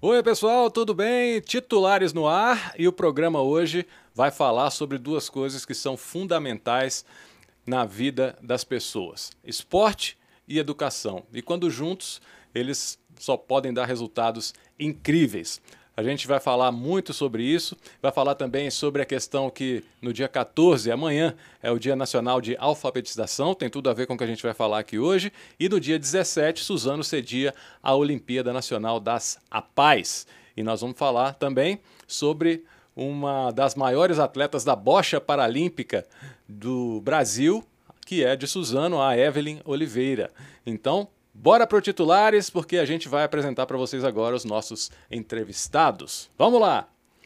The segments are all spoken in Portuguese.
Oi, pessoal, tudo bem? Titulares no ar e o programa hoje vai falar sobre duas coisas que são fundamentais na vida das pessoas: esporte e educação. E quando juntos, eles só podem dar resultados incríveis. A gente vai falar muito sobre isso, vai falar também sobre a questão que no dia 14, amanhã, é o Dia Nacional de Alfabetização, tem tudo a ver com o que a gente vai falar aqui hoje, e no dia 17, Suzano cedia a Olimpíada Nacional das APAES. E nós vamos falar também sobre uma das maiores atletas da bocha paralímpica do Brasil, que é de Suzano, a Evelyn Oliveira. Então, bora para o Titulares, porque a gente vai apresentar para vocês agora os nossos entrevistados. Vamos lá!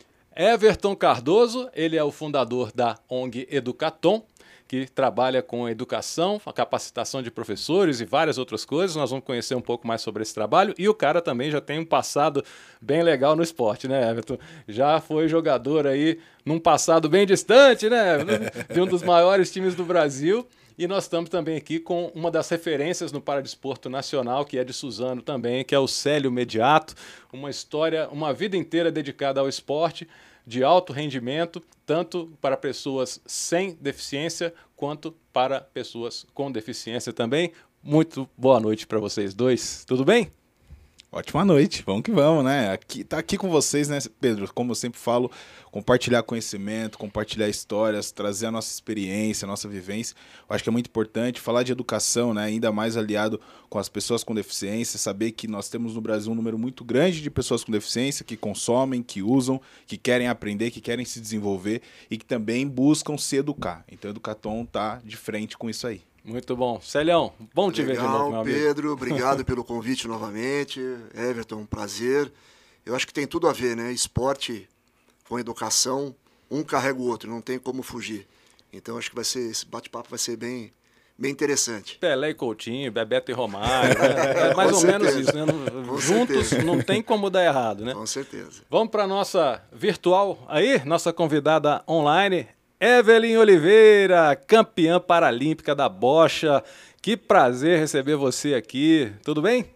Everton Cardoso, ele é o fundador da ONG Educatom, que trabalha com educação, a capacitação de professores e várias outras coisas. Nós vamos conhecer um pouco mais sobre esse trabalho. E o cara também já tem um passado bem legal no esporte, né, Everton? Já foi jogador aí num passado bem distante, né? De um dos maiores times do Brasil. E nós estamos também aqui com uma das referências no paradesporto nacional, que é de Suzano também, que é o Célio Mediato. Uma história, uma vida inteira dedicada ao esporte, de alto rendimento, tanto para pessoas sem deficiência, quanto para pessoas com deficiência também. Muito boa noite para vocês dois. Tudo bem? Ótima noite, vamos que vamos, né? Tá aqui com vocês, né, Pedro? Como eu sempre falo, compartilhar conhecimento, compartilhar histórias, trazer a nossa experiência, a nossa vivência. Eu acho que é muito importante falar de educação, né? Ainda mais aliado com as pessoas com deficiência, saber que nós temos no Brasil um número muito grande de pessoas com deficiência que consomem, que usam, que querem aprender, que querem se desenvolver e que também buscam se educar. Então, a Educatom tá de frente com isso aí. Muito bom. Celião, bom te ver de novo, meu amigo. Pedro, obrigado pelo convite novamente. Everton, um prazer. Eu acho que tem tudo a ver, né? Esporte com educação, um carrega o outro, não tem como fugir. Então acho que esse bate-papo vai ser bem interessante. Pelé e Coutinho, Bebeto e Romário, né? É mais ou menos isso, né? Juntos não tem como dar errado, né? Com certeza. Vamos para a nossa virtual aí, nossa convidada online, Evelyn Oliveira, campeã paralímpica da bocha. Que prazer receber você aqui. Tudo bem?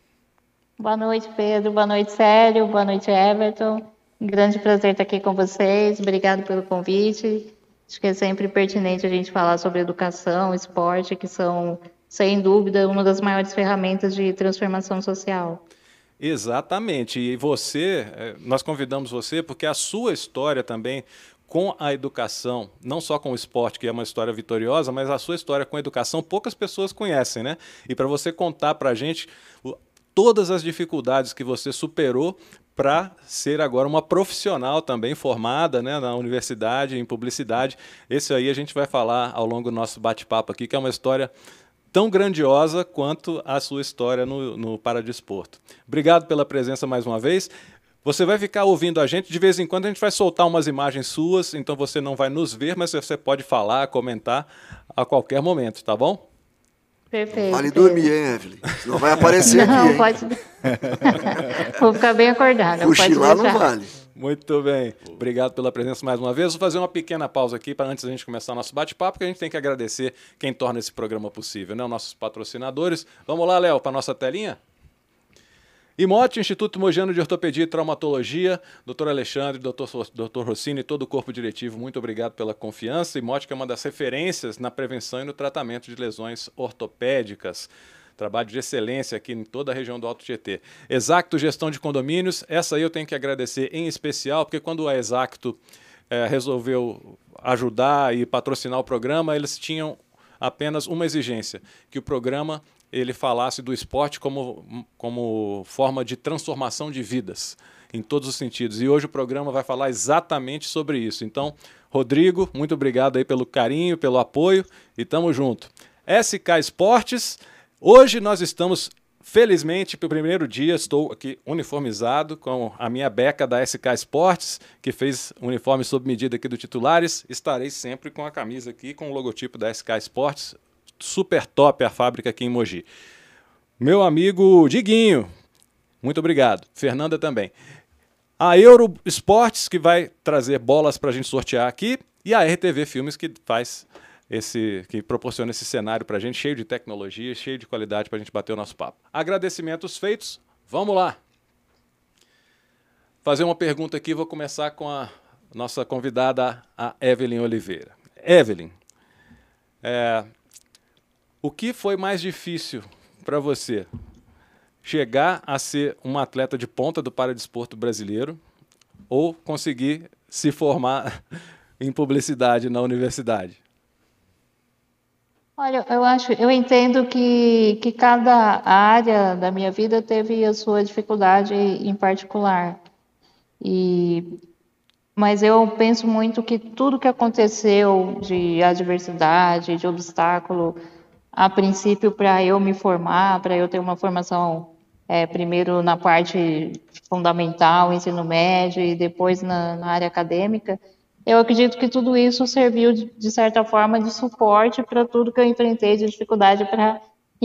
Boa noite, Pedro. Boa noite, Célio. Boa noite, Everton. Um grande prazer estar aqui com vocês. Obrigado pelo convite. Acho que é sempre pertinente a gente falar sobre educação, esporte, que são, sem dúvida, uma das maiores ferramentas de transformação social. Exatamente. E você, nós convidamos você porque a sua história também com a educação, não só com o esporte, que é uma história vitoriosa, mas a sua história com a educação poucas pessoas conhecem, né? E para você contar para a gente todas as dificuldades que você superou para ser agora uma profissional também formada, né, na universidade, em publicidade. Esse aí a gente vai falar ao longo do nosso bate-papo aqui, que é uma história tão grandiosa quanto a sua história no paradesporto. Obrigado pela presença mais uma vez. Você vai ficar ouvindo a gente, de vez em quando a gente vai soltar umas imagens suas, então você não vai nos ver, mas você pode falar, comentar a qualquer momento, tá bom? Perfeito. Vale dormir, hein, Evelyn? Senão vai aparecer aqui, Não, hein? pode... Vou ficar bem acordada. Cochilar não vale. Muito bem. Obrigado pela presença mais uma vez. Vou fazer uma pequena pausa aqui para antes da gente começar o nosso bate-papo, porque a gente tem que agradecer quem torna esse programa possível, né? Os nossos patrocinadores. Vamos lá, Léo, para a nossa telinha? IMOT, Instituto Mogiano de Ortopedia e Traumatologia, Dr. Alexandre, Dr. Rossini e todo o corpo diretivo, muito obrigado pela confiança. IMOT, que é uma das referências na prevenção e no tratamento de lesões ortopédicas. Trabalho de excelência aqui em toda a região do Alto Tietê. Exacto Gestão de Condomínios, essa aí eu tenho que agradecer em especial, porque quando a Exacto resolveu ajudar e patrocinar o programa, eles tinham apenas uma exigência, que o programa ele falasse do esporte como forma de transformação de vidas, em todos os sentidos. E hoje o programa vai falar exatamente sobre isso. Então, Rodrigo, muito obrigado aí pelo carinho, pelo apoio e tamo junto. SK Esportes, hoje nós estamos, felizmente, pelo primeiro dia, estou aqui uniformizado com a minha beca da SK Esportes, que fez uniforme sob medida aqui do Titulares. Estarei sempre com a camisa aqui, com o logotipo da SK Esportes. Super top a fábrica aqui em Mogi. Meu amigo Diguinho, muito obrigado. Fernanda também. A Euro Esportes, que vai trazer bolas para a gente sortear aqui, e a RTV Filmes, que que proporciona esse cenário para a gente, cheio de tecnologia, cheio de qualidade para a gente bater o nosso papo. Agradecimentos feitos, vamos lá. fazer uma pergunta aqui, vou começar com a nossa convidada, a Evelyn Oliveira. Evelyn, o que foi mais difícil para você? Chegar a ser uma atleta de ponta do paradesporto brasileiro ou conseguir se formar em publicidade na universidade? Olha, eu entendo que cada área da minha vida teve a sua dificuldade em particular. Mas eu penso muito que tudo que aconteceu de adversidade, de obstáculo, a princípio, para eu me formar, para eu ter uma formação, primeiro na parte fundamental, ensino médio, e depois na área acadêmica, eu acredito que tudo isso serviu, de certa forma, de suporte para tudo que eu enfrentei de dificuldade para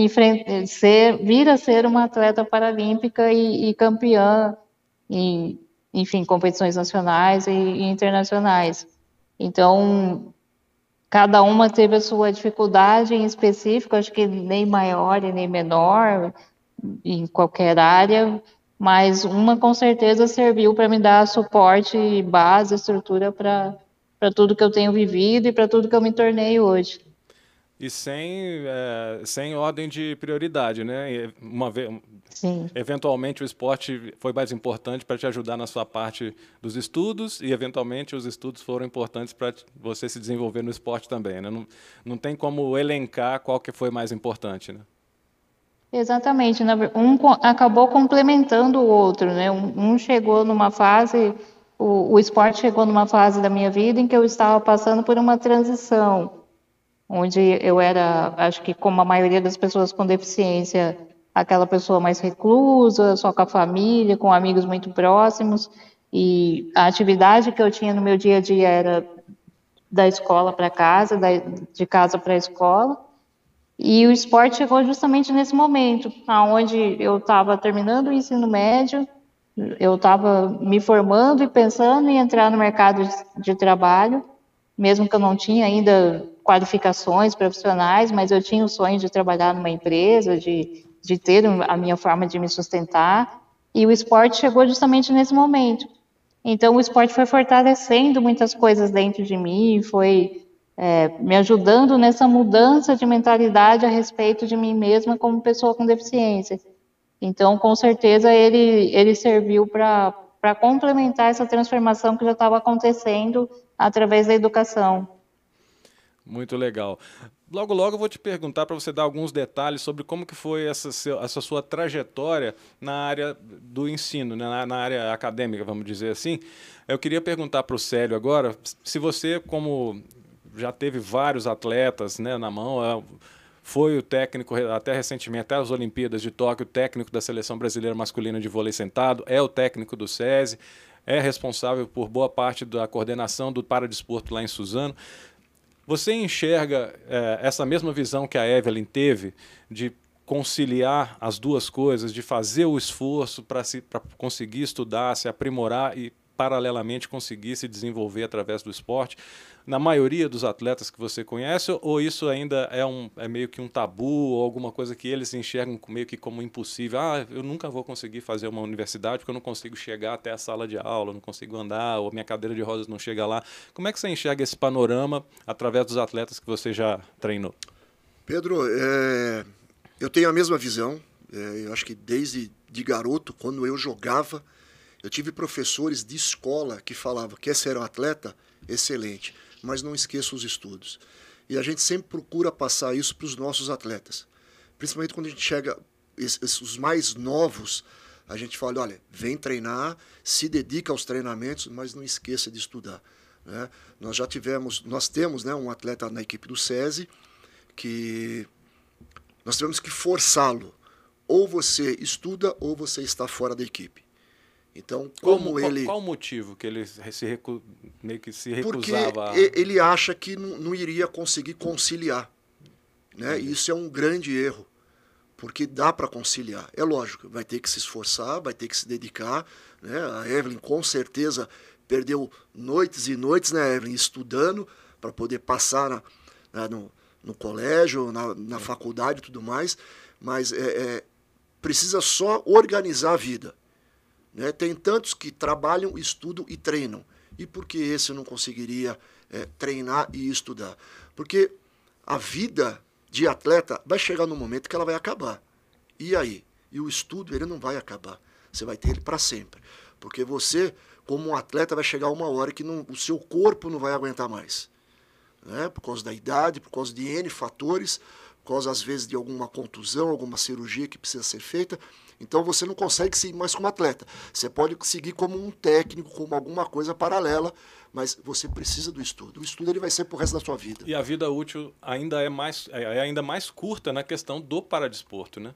vir a ser uma atleta paralímpica e campeã em, enfim, competições nacionais e internacionais. Então, cada uma teve a sua dificuldade em específico, acho que nem maior e nem menor em qualquer área, mas uma com certeza serviu para me dar suporte, base, estrutura para tudo que eu tenho vivido e para tudo que eu me tornei hoje. E sem ordem de prioridade, né? Sim. Eventualmente o esporte foi mais importante para te ajudar na sua parte dos estudos e eventualmente os estudos foram importantes para você se desenvolver no esporte também, né? Não tem como elencar qual que foi mais importante, né? Exatamente. Um acabou complementando o outro, né? Um chegou numa fase, o esporte chegou numa fase da minha vida em que eu estava passando por uma transição, onde eu era, acho que como a maioria das pessoas com deficiência, aquela pessoa mais reclusa, só com a família, com amigos muito próximos, e a atividade que eu tinha no meu dia a dia era da escola para casa, de casa para a escola, e o esporte chegou justamente nesse momento, onde eu estava terminando o ensino médio, eu estava me formando e pensando em entrar no mercado de trabalho, mesmo que eu não tinha ainda qualificações profissionais, mas eu tinha o sonho de trabalhar numa empresa, de ter a minha forma de me sustentar, e o esporte chegou justamente nesse momento. Então, o esporte foi fortalecendo muitas coisas dentro de mim, foi me ajudando nessa mudança de mentalidade a respeito de mim mesma como pessoa com deficiência. Então, com certeza, ele serviu para complementar essa transformação que já estava acontecendo através da educação. Muito legal. Logo, logo eu vou te perguntar para você dar alguns detalhes sobre como que foi essa sua trajetória na área do ensino, né? Na área acadêmica, vamos dizer assim. Eu queria perguntar para o Célio agora, se você, como já teve vários atletas, né, na mão, foi o técnico, até recentemente, até as Olimpíadas de Tóquio, técnico da Seleção Brasileira Masculina de Vôlei Sentado, é o técnico do SESI, é responsável por boa parte da coordenação do paradesporto lá em Suzano. Você enxerga essa mesma visão que a Evelyn teve de conciliar as duas coisas, de fazer o esforço para conseguir estudar, se aprimorar e, paralelamente, conseguir se desenvolver através do esporte? Na maioria dos atletas que você conhece, ou isso ainda é meio que um tabu, ou alguma coisa que eles enxergam meio que como impossível? Eu nunca vou conseguir fazer uma universidade porque eu não consigo chegar até a sala de aula, eu não consigo andar, ou minha cadeira de rodas não chega lá. Como é que você enxerga esse panorama através dos atletas que você já treinou? Pedro, eu tenho a mesma visão. Eu acho que desde de garoto, quando eu jogava, eu tive professores de escola que falavam: quer ser um atleta? Excelente, mas não esqueça os estudos. E a gente sempre procura passar isso para os nossos atletas. Principalmente quando a gente chega, os mais novos, a gente fala: olha, vem treinar, se dedica aos treinamentos, mas não esqueça de estudar, né? Nós temos, né, um atleta na equipe do SESI que nós tivemos que forçá-lo. Ou você estuda ou você está fora da equipe. Então, qual o motivo que ele meio que se recusava? Porque ele acha que não iria conseguir conciliar, né? E isso é um grande erro, porque dá para conciliar. É lógico, vai ter que se esforçar, vai ter que se dedicar, né? A Evelyn com certeza perdeu noites e noites, né, Evelyn, estudando para poder passar no colégio, na faculdade e tudo mais, mas precisa só organizar a vida. né? Tem tantos que trabalham, estudam e treinam. E por que esse não conseguiria treinar e estudar? Porque a vida de atleta vai chegar num momento que ela vai acabar. E aí? E o estudo, ele não vai acabar. Você vai ter ele para sempre. Porque você, como um atleta, vai chegar uma hora que o seu corpo não vai aguentar mais. Né? Por causa da idade, por causa de N fatores, por causa, às vezes, de alguma contusão, alguma cirurgia que precisa ser feita. Então, você não consegue seguir mais como atleta. Você pode seguir como um técnico, como alguma coisa paralela, mas você precisa do estudo. O estudo ele vai ser pro resto da sua vida. E a vida útil ainda é ainda mais curta na questão do paradesporto, né?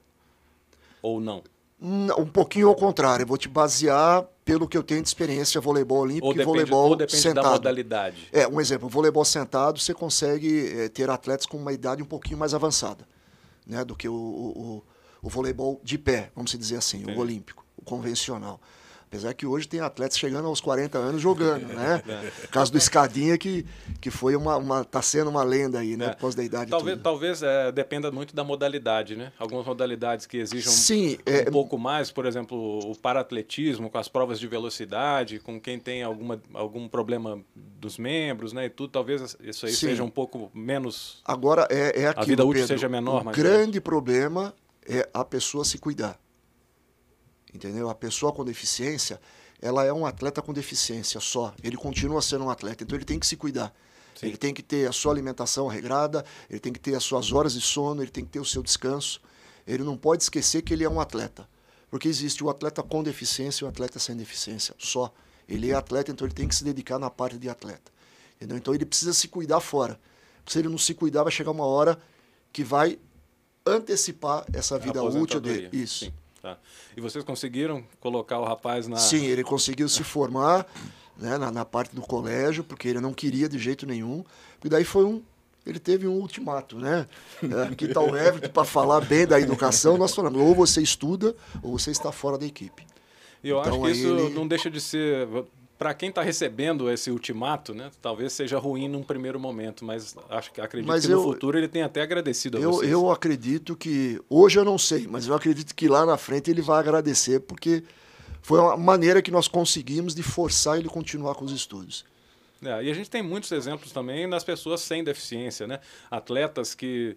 Ou não? Um pouquinho ao contrário. Eu vou te basear pelo que eu tenho de experiência voleibol olímpico e voleibol depende sentado. da modalidade. Um exemplo, voleibol sentado, você consegue ter atletas com uma idade um pouquinho mais avançada, né, do que o voleibol de pé, vamos dizer assim, o olímpico, o convencional. Apesar que hoje tem atletas chegando aos 40 anos jogando, né? O caso do Escadinha, que foi tá sendo uma lenda aí, né? Por causa da idade. Talvez dependa muito da modalidade, né? Algumas modalidades que exijam um pouco mais, por exemplo, o paraatletismo, com as provas de velocidade, com quem tem algum problema dos membros, né? E tudo, talvez isso aí seja um pouco menos... Agora, aquilo, a vida útil Pedro, seja menor. O grande problema é a pessoa se cuidar. Entendeu? A pessoa com deficiência, ela é um atleta com deficiência só. Ele continua sendo um atleta, então ele tem que se cuidar. Sim. Ele tem que ter a sua alimentação regrada, ele tem que ter as suas horas de sono, ele tem que ter o seu descanso. Ele não pode esquecer que ele é um atleta. Porque existe o atleta com deficiência e o atleta sem deficiência, só. Ele é atleta, então ele tem que se dedicar na parte de atleta. Entendeu? Então ele precisa se cuidar fora. Se ele não se cuidar, vai chegar uma hora que vai antecipar essa vida útil dele. Isso. Sim. Tá. E vocês conseguiram colocar o rapaz na... Sim, ele conseguiu se formar, né, na parte do colégio, porque ele não queria de jeito nenhum. E daí ele teve um ultimato, né? Aqui está o Everton para falar bem da educação. Nós falamos, ou você estuda, ou você está fora da equipe. E eu acho que isso não deixa de ser... Para quem está recebendo esse ultimato, né, talvez seja ruim num primeiro momento, mas acredito que no futuro ele tenha até agradecido a vocês. Eu acredito que, hoje eu não sei, mas eu acredito que lá na frente ele vai agradecer, porque foi uma maneira que nós conseguimos de forçar ele a continuar com os estudos. E a gente tem muitos exemplos também das pessoas sem deficiência, né? Atletas que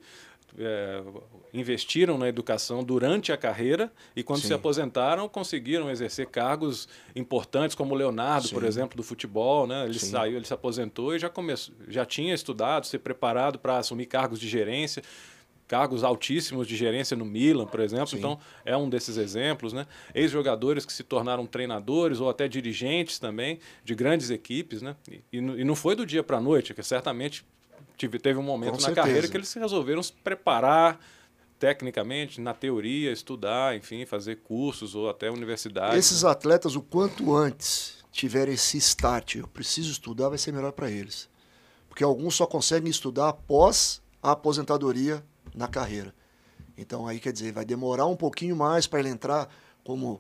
investiram na educação durante a carreira e quando se aposentaram conseguiram exercer cargos importantes, como o Leonardo, por exemplo, do futebol, né? Ele se aposentou e já tinha estudado, se preparado para assumir cargos de gerência, cargos altíssimos de gerência no Milan, por exemplo. Então é um desses exemplos, né? Ex-jogadores que se tornaram treinadores ou até dirigentes também de grandes equipes, né? E não foi do dia para a noite, que certamente teve um momento na carreira que eles resolveram se preparar tecnicamente, na teoria, estudar, enfim, fazer cursos ou até universidade. Esses atletas, o quanto antes tiverem esse start, eu preciso estudar, vai ser melhor para eles. Porque alguns só conseguem estudar após a aposentadoria na carreira. Então, aí, quer dizer, vai demorar um pouquinho mais para ele entrar como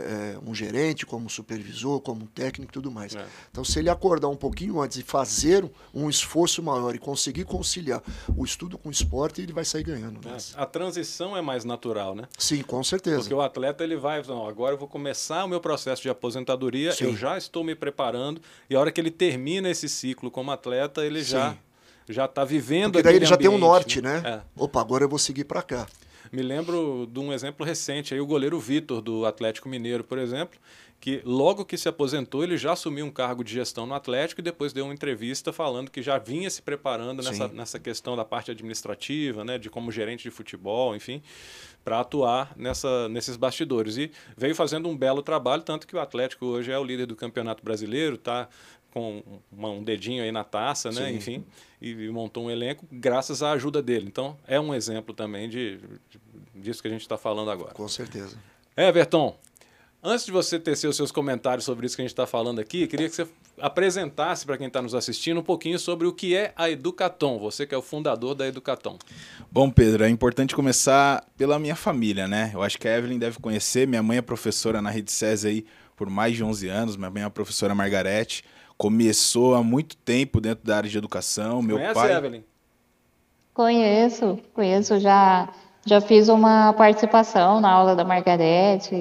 um gerente, como supervisor, como técnico e tudo mais. Então, se ele acordar um pouquinho antes e fazer um esforço maior e conseguir conciliar o estudo com o esporte, ele vai sair ganhando. A transição é mais natural, né? Sim, com certeza. Porque o atleta, ele vai, não, agora eu vou começar o meu processo de aposentadoria, eu já estou me preparando, e a hora que ele termina esse ciclo como atleta, ele já está vivendo. Porque daí ele já tem um norte, né? né? Opa, agora eu vou seguir para cá. Me lembro de um exemplo recente, aí o goleiro Vitor, do Atlético Mineiro, por exemplo, que logo que se aposentou, ele já assumiu um cargo de gestão no Atlético e depois deu uma entrevista falando que já vinha se preparando nessa questão da parte administrativa, né, de como gerente de futebol, enfim, para atuar nesses bastidores. E veio fazendo um belo trabalho, tanto que o Atlético hoje é o líder do Campeonato Brasileiro, está com um dedinho aí na taça, né? Enfim, e montou um elenco graças à ajuda dele. Então, é um exemplo também disso que a gente está falando agora. Com certeza. Everton, antes de você tecer os seus comentários sobre isso que a gente está falando aqui, queria que você apresentasse para quem está nos assistindo um pouquinho sobre o que é a Educatom, você que é o fundador da Educatom. Bom, Pedro, é importante começar pela minha família, né? Eu acho que a Evelyn deve conhecer, minha mãe é professora na Rede SESI aí por mais de 11 anos, minha mãe é a professora Margarete, começou há muito tempo dentro da área de educação. Meu Conhece, pai... Evelyn? Conheço, já fiz uma participação na aula da Margarete,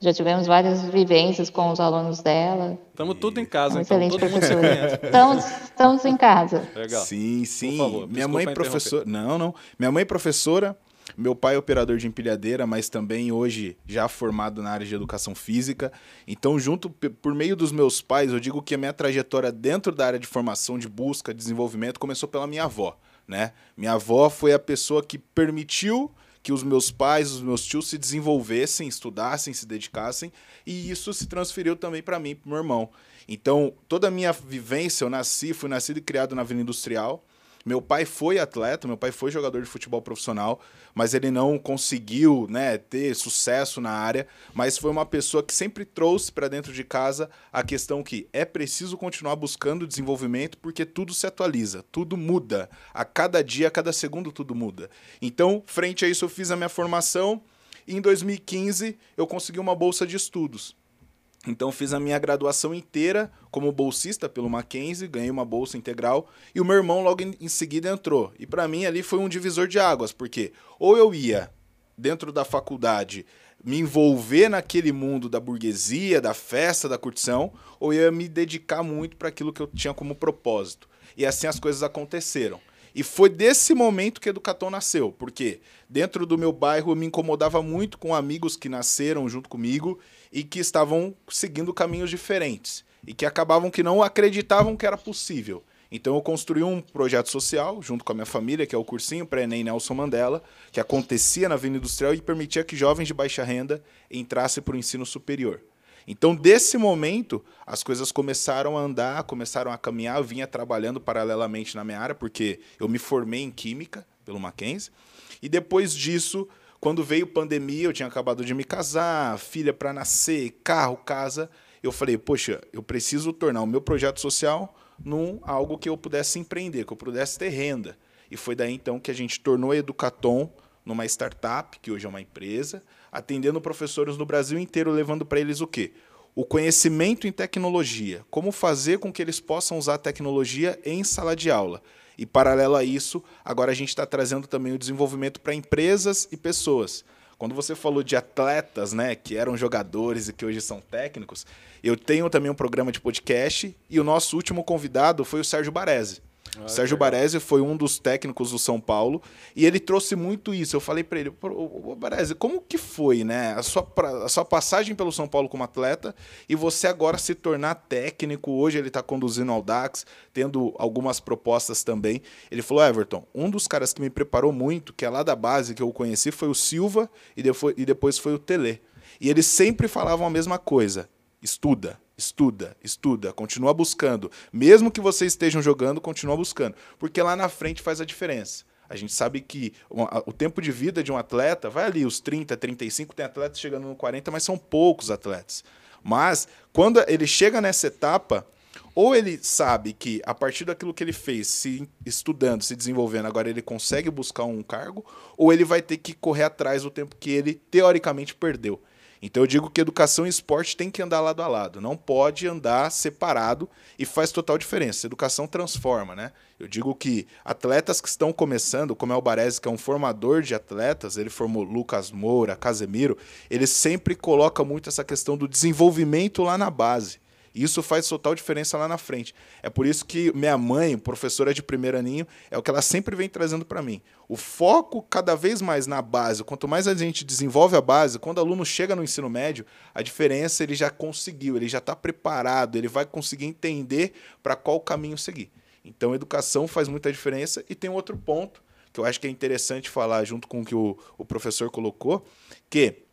Já tivemos várias vivências com os alunos dela. Estamos tudo em casa, Uma então. excelente Todo mundo se professora. conhece. Estamos em casa. Legal. Sim, sim. Por favor, Minha mãe professora. Não. Minha mãe professora, meu pai operador de empilhadeira, mas também hoje já formado na área de educação física. Então, por meio dos meus pais, eu digo que a minha trajetória dentro da área de formação, de busca, desenvolvimento, começou pela minha avó, né? Minha avó foi a pessoa que permitiu que os meus pais, os meus tios se desenvolvessem, estudassem, se dedicassem, e isso se transferiu também para mim, para o meu irmão. Então, toda a minha vivência, fui nascido e criado na Vila Industrial. Meu pai foi atleta, meu pai foi jogador de futebol profissional, mas ele não conseguiu, né, ter sucesso na área, mas foi uma pessoa que sempre trouxe para dentro de casa a questão que é preciso continuar buscando desenvolvimento porque tudo se atualiza, tudo muda. A cada dia, a cada segundo, tudo muda. Então, frente a isso, eu fiz a minha formação e em 2015 eu consegui uma bolsa de estudos. Então, fiz a minha graduação inteira como bolsista pelo Mackenzie, ganhei uma bolsa integral, e o meu irmão logo em seguida entrou. E para mim ali foi um divisor de águas, porque ou eu ia, dentro da faculdade, me envolver naquele mundo da burguesia, da festa, da curtição, ou eu ia me dedicar muito para aquilo que eu tinha como propósito. E assim as coisas aconteceram. E foi desse momento que a Educatom nasceu, porque dentro do meu bairro eu me incomodava muito com amigos que nasceram junto comigo e que estavam seguindo caminhos diferentes e que acabavam que não acreditavam que era possível. Então eu construí um projeto social junto com a minha família, que é o cursinho pré-ENEM Nelson Mandela, que acontecia na Vila Industrial e permitia que jovens de baixa renda entrassem para o ensino superior. Então, desse momento, as coisas começaram a andar, começaram a caminhar. Eu vinha trabalhando paralelamente na minha área, porque eu me formei em Química pelo Mackenzie. E depois disso, quando veio pandemia, eu tinha acabado de me casar, filha para nascer, carro, casa. Eu falei, poxa, eu preciso tornar o meu projeto social num algo que eu pudesse empreender, que eu pudesse ter renda. E foi daí, então, que a gente tornou a Educatom numa startup, que hoje é uma empresa, atendendo professores no Brasil inteiro, levando para eles o quê? O conhecimento em tecnologia. Como fazer com que eles possam usar a tecnologia em sala de aula. E, paralelo a isso, agora a gente está trazendo também o desenvolvimento para empresas e pessoas. Quando você falou de atletas, né, que eram jogadores e que hoje são técnicos, eu tenho também um programa de podcast e o nosso último convidado foi o Sérgio Baresi. O Sérgio Baresi foi um dos técnicos do São Paulo e ele trouxe muito isso. Eu falei para ele, Baresi, como que foi, né, a sua passagem pelo São Paulo como atleta e você agora se tornar técnico? Hoje ele está conduzindo o Audax, tendo algumas propostas também. Ele falou, Everton, um dos caras que me preparou muito, que é lá da base que eu conheci, foi o Silva e depois foi o Tele. E eles sempre falavam a mesma coisa, estuda. Estuda, estuda, continua buscando. Mesmo que vocês estejam jogando, continua buscando. Porque lá na frente faz a diferença. A gente sabe que o tempo de vida de um atleta vai ali, os 30, 35, tem atletas chegando no 40, mas são poucos atletas. Mas, quando ele chega nessa etapa, ou ele sabe que, a partir daquilo que ele fez, se estudando, se desenvolvendo, agora ele consegue buscar um cargo, ou ele vai ter que correr atrás do tempo que ele, teoricamente, perdeu. Então eu digo que educação e esporte tem que andar lado a lado, não pode andar separado e faz total diferença. Educação transforma, né? Eu digo que atletas que estão começando, como é o Baresi, que é um formador de atletas, ele formou Lucas Moura, Casemiro, ele sempre coloca muito essa questão do desenvolvimento lá na base. E isso faz total diferença lá na frente. É por isso que minha mãe, professora de primeiro aninho, é o que ela sempre vem trazendo para mim. O foco cada vez mais na base. Quanto mais a gente desenvolve a base, quando o aluno chega no ensino médio, a diferença ele já conseguiu, ele já está preparado, ele vai conseguir entender para qual caminho seguir. Então, a educação faz muita diferença. E tem outro ponto que eu acho que é interessante falar junto com o que o professor colocou, que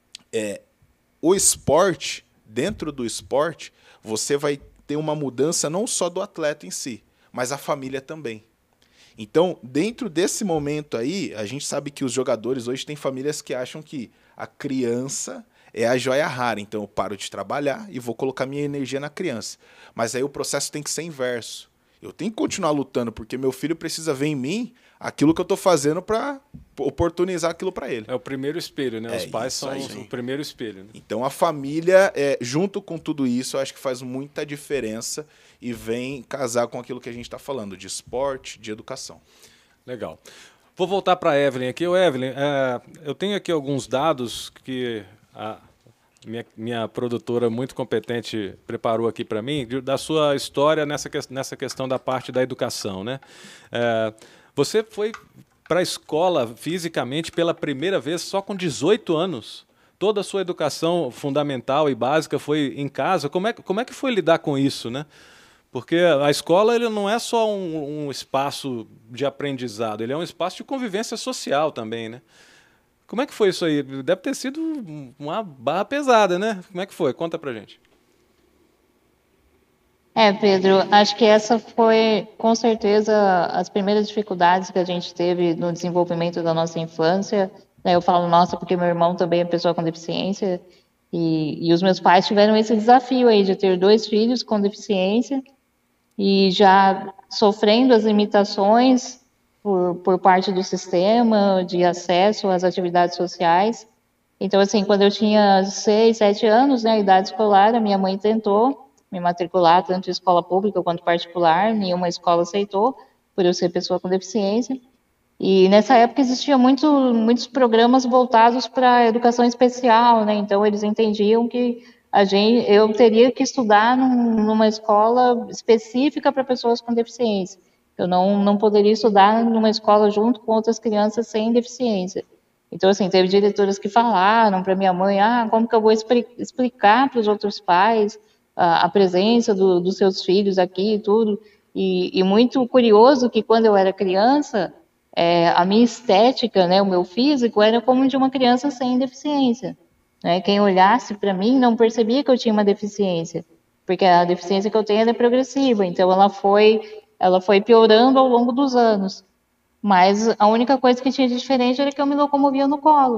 o esporte, dentro do esporte, você vai ter uma mudança não só do atleta em si, mas a família também. Então, dentro desse momento aí, a gente sabe que os jogadores hoje têm famílias que acham que a criança é a joia rara. Então, eu paro de trabalhar e vou colocar minha energia na criança. Mas aí o processo tem que ser inverso. Eu tenho que continuar lutando, porque meu filho precisa ver em mim aquilo que eu estou fazendo para oportunizar aquilo para ele. É o primeiro espelho, né? Os pais são o primeiro espelho. Né? Então, a família, junto com tudo isso, eu acho que faz muita diferença e vem casar com aquilo que a gente está falando, de esporte, de educação. Legal. Vou voltar para a Evelyn aqui. Evelyn, eu tenho aqui alguns dados que minha produtora muito competente preparou aqui para mim, da sua história nessa questão da parte da educação, né? Você foi para a escola fisicamente pela primeira vez só com 18 anos. Toda a sua educação fundamental e básica foi em casa. Como é que foi lidar com isso, né? Porque a escola ele não é só um espaço de aprendizado, ele é um espaço de convivência social também, né? Como é que foi isso aí? Deve ter sido uma barra pesada, né? Como é que foi? Conta pra gente. Pedro, acho que essa foi, com certeza, as primeiras dificuldades que a gente teve no desenvolvimento da nossa infância. Eu falo nossa porque meu irmão também é pessoa com deficiência e os meus pais tiveram esse desafio aí de ter 2 filhos com deficiência e já sofrendo as limitações por parte do sistema de acesso às atividades sociais. Então, assim, quando eu tinha 6, 7 anos, né, a idade escolar, a minha mãe tentou me matricular tanto em escola pública quanto particular, nenhuma escola aceitou, por eu ser pessoa com deficiência. E nessa época existiam muitos programas voltados para a educação especial, né? Então eles entendiam que eu teria que estudar numa escola específica para pessoas com deficiência. Eu não poderia estudar numa escola junto com outras crianças sem deficiência. Então, assim, teve diretoras que falaram para minha mãe, como que eu vou explicar para os outros pais a presença dos seus filhos aqui e tudo. E muito curioso que quando eu era criança, a minha estética, né, o meu físico, era como de uma criança sem deficiência. Né? Quem olhasse para mim não percebia que eu tinha uma deficiência, porque a deficiência que eu tenho é progressiva, então ela foi piorando ao longo dos anos. Mas a única coisa que tinha de diferente era que eu me locomovia no colo.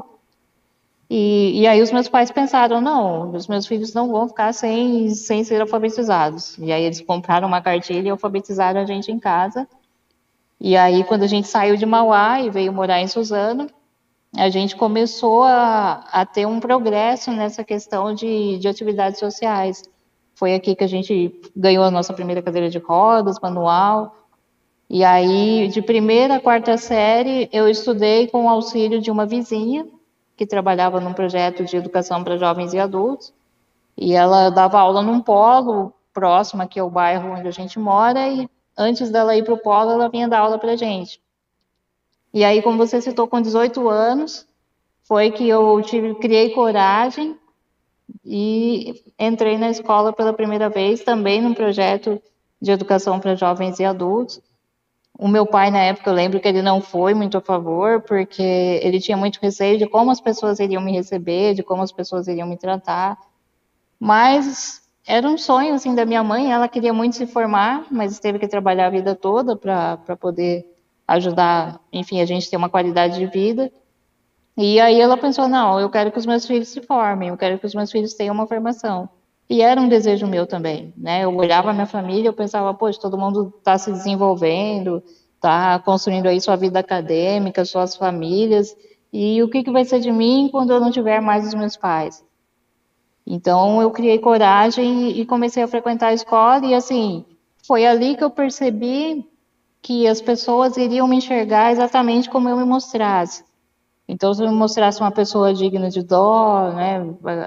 E aí os meus pais pensaram, não, os meus filhos não vão ficar sem ser alfabetizados. E aí eles compraram uma cartilha e alfabetizaram a gente em casa. E aí, quando a gente saiu de Mauá e veio morar em Suzano, a gente começou a ter um progresso nessa questão de atividades sociais. Foi aqui que a gente ganhou a nossa primeira cadeira de rodas, manual. E aí, de 1ª a 4ª série, eu estudei com o auxílio de uma vizinha, que trabalhava num projeto de educação para jovens e adultos. E ela dava aula num polo próximo aqui ao bairro onde a gente mora, e antes dela ir para o polo, ela vinha dar aula para a gente. E aí, como você citou, com 18 anos, foi que eu criei coragem e entrei na escola pela primeira vez, também num projeto de educação para jovens e adultos. O meu pai, na época, eu lembro que ele não foi muito a favor, porque ele tinha muito receio de como as pessoas iriam me receber, de como as pessoas iriam me tratar. Mas era um sonho, assim, da minha mãe. Ela queria muito se formar, mas teve que trabalhar a vida toda para poder ajudar, enfim, a gente ter uma qualidade de vida. E aí ela pensou, não, eu quero que os meus filhos se formem, eu quero que os meus filhos tenham uma formação. E era um desejo meu também, né? Eu olhava a minha família, eu pensava, poxa, todo mundo está se desenvolvendo, está construindo aí sua vida acadêmica, suas famílias, e o que vai ser de mim quando eu não tiver mais os meus pais? Então, eu criei coragem e comecei a frequentar a escola, e assim, foi ali que eu percebi que as pessoas iriam me enxergar exatamente como eu me mostrasse. Então, se eu me mostrasse uma pessoa digna de dó, né,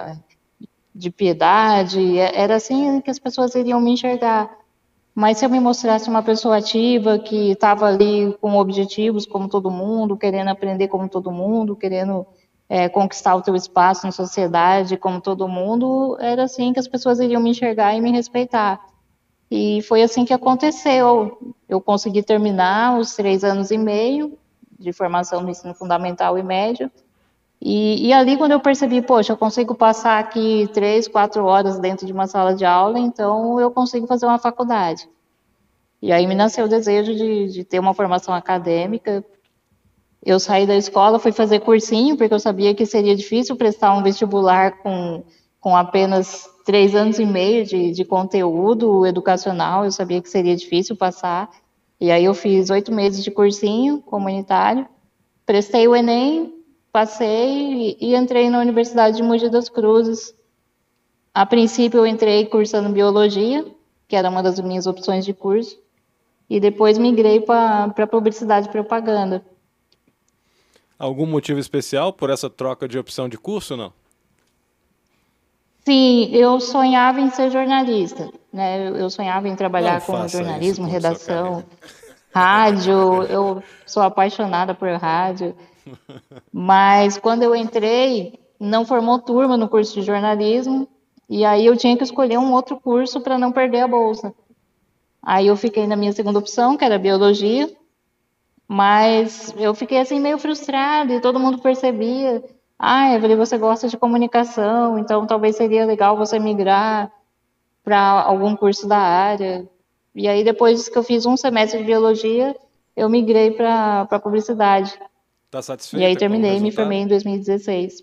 de piedade, era assim que as pessoas iriam me enxergar. Mas se eu me mostrasse uma pessoa ativa, que estava ali com objetivos como todo mundo, querendo aprender como todo mundo, querendo conquistar o teu espaço na sociedade como todo mundo, era assim que as pessoas iriam me enxergar e me respeitar. E foi assim que aconteceu. Eu consegui terminar os 3 anos e meio de formação no ensino fundamental e médio. E ali, quando eu percebi, poxa, eu consigo passar aqui 3, 4 horas dentro de uma sala de aula, então eu consigo fazer uma faculdade. E aí me nasceu o desejo de ter uma formação acadêmica. Eu saí da escola, fui fazer cursinho, porque eu sabia que seria difícil prestar um vestibular com apenas 3 anos e meio de conteúdo educacional, eu sabia que seria difícil passar. E aí eu fiz 8 meses de cursinho comunitário, prestei o Enem, passei e entrei na Universidade de Mogi das Cruzes. A princípio eu entrei cursando biologia, que era uma das minhas opções de curso, e depois migrei para publicidade e propaganda. Algum motivo especial por essa troca de opção de curso, não? Sim, eu sonhava em ser jornalista, né? Eu sonhava em trabalhar Não com faça isso jornalismo, com sua redação, carreira. rádio. Eu sou apaixonada por rádio, mas quando eu entrei, não formou turma no curso de jornalismo, e aí eu tinha que escolher um outro curso para não perder a bolsa. Aí eu fiquei na minha segunda opção, que era biologia, mas eu fiquei assim meio frustrada e todo mundo percebia. Ah, Evelyn, você gosta de comunicação, então talvez seria legal você migrar para algum curso da área. E aí depois que eu fiz um semestre de biologia, eu migrei para publicidade. Está E aí satisfeita com o terminei, me formei resultado? em 2016.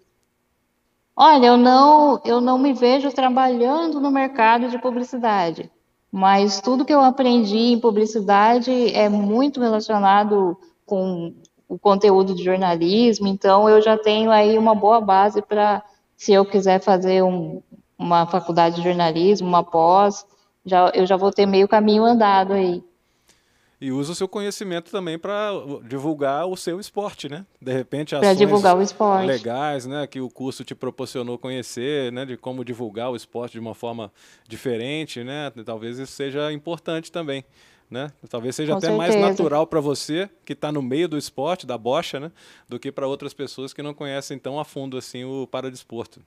Olha, eu não me vejo trabalhando no mercado de publicidade, mas tudo que eu aprendi em publicidade é muito relacionado com o conteúdo de jornalismo, então eu já tenho aí uma boa base para, se eu quiser fazer uma faculdade de jornalismo, uma pós, eu já vou ter meio caminho andado aí. E usa o seu conhecimento também para divulgar o seu esporte, né? De repente, Para ações divulgar o esporte. legais, né, que o curso te proporcionou conhecer, né, de como divulgar o esporte de uma forma diferente, né? Talvez isso seja importante também, né? Talvez seja Com até mais certeza. natural para você que está no meio do esporte, da bocha, né, do que para outras pessoas que não conhecem tão a fundo assim o paradesporto.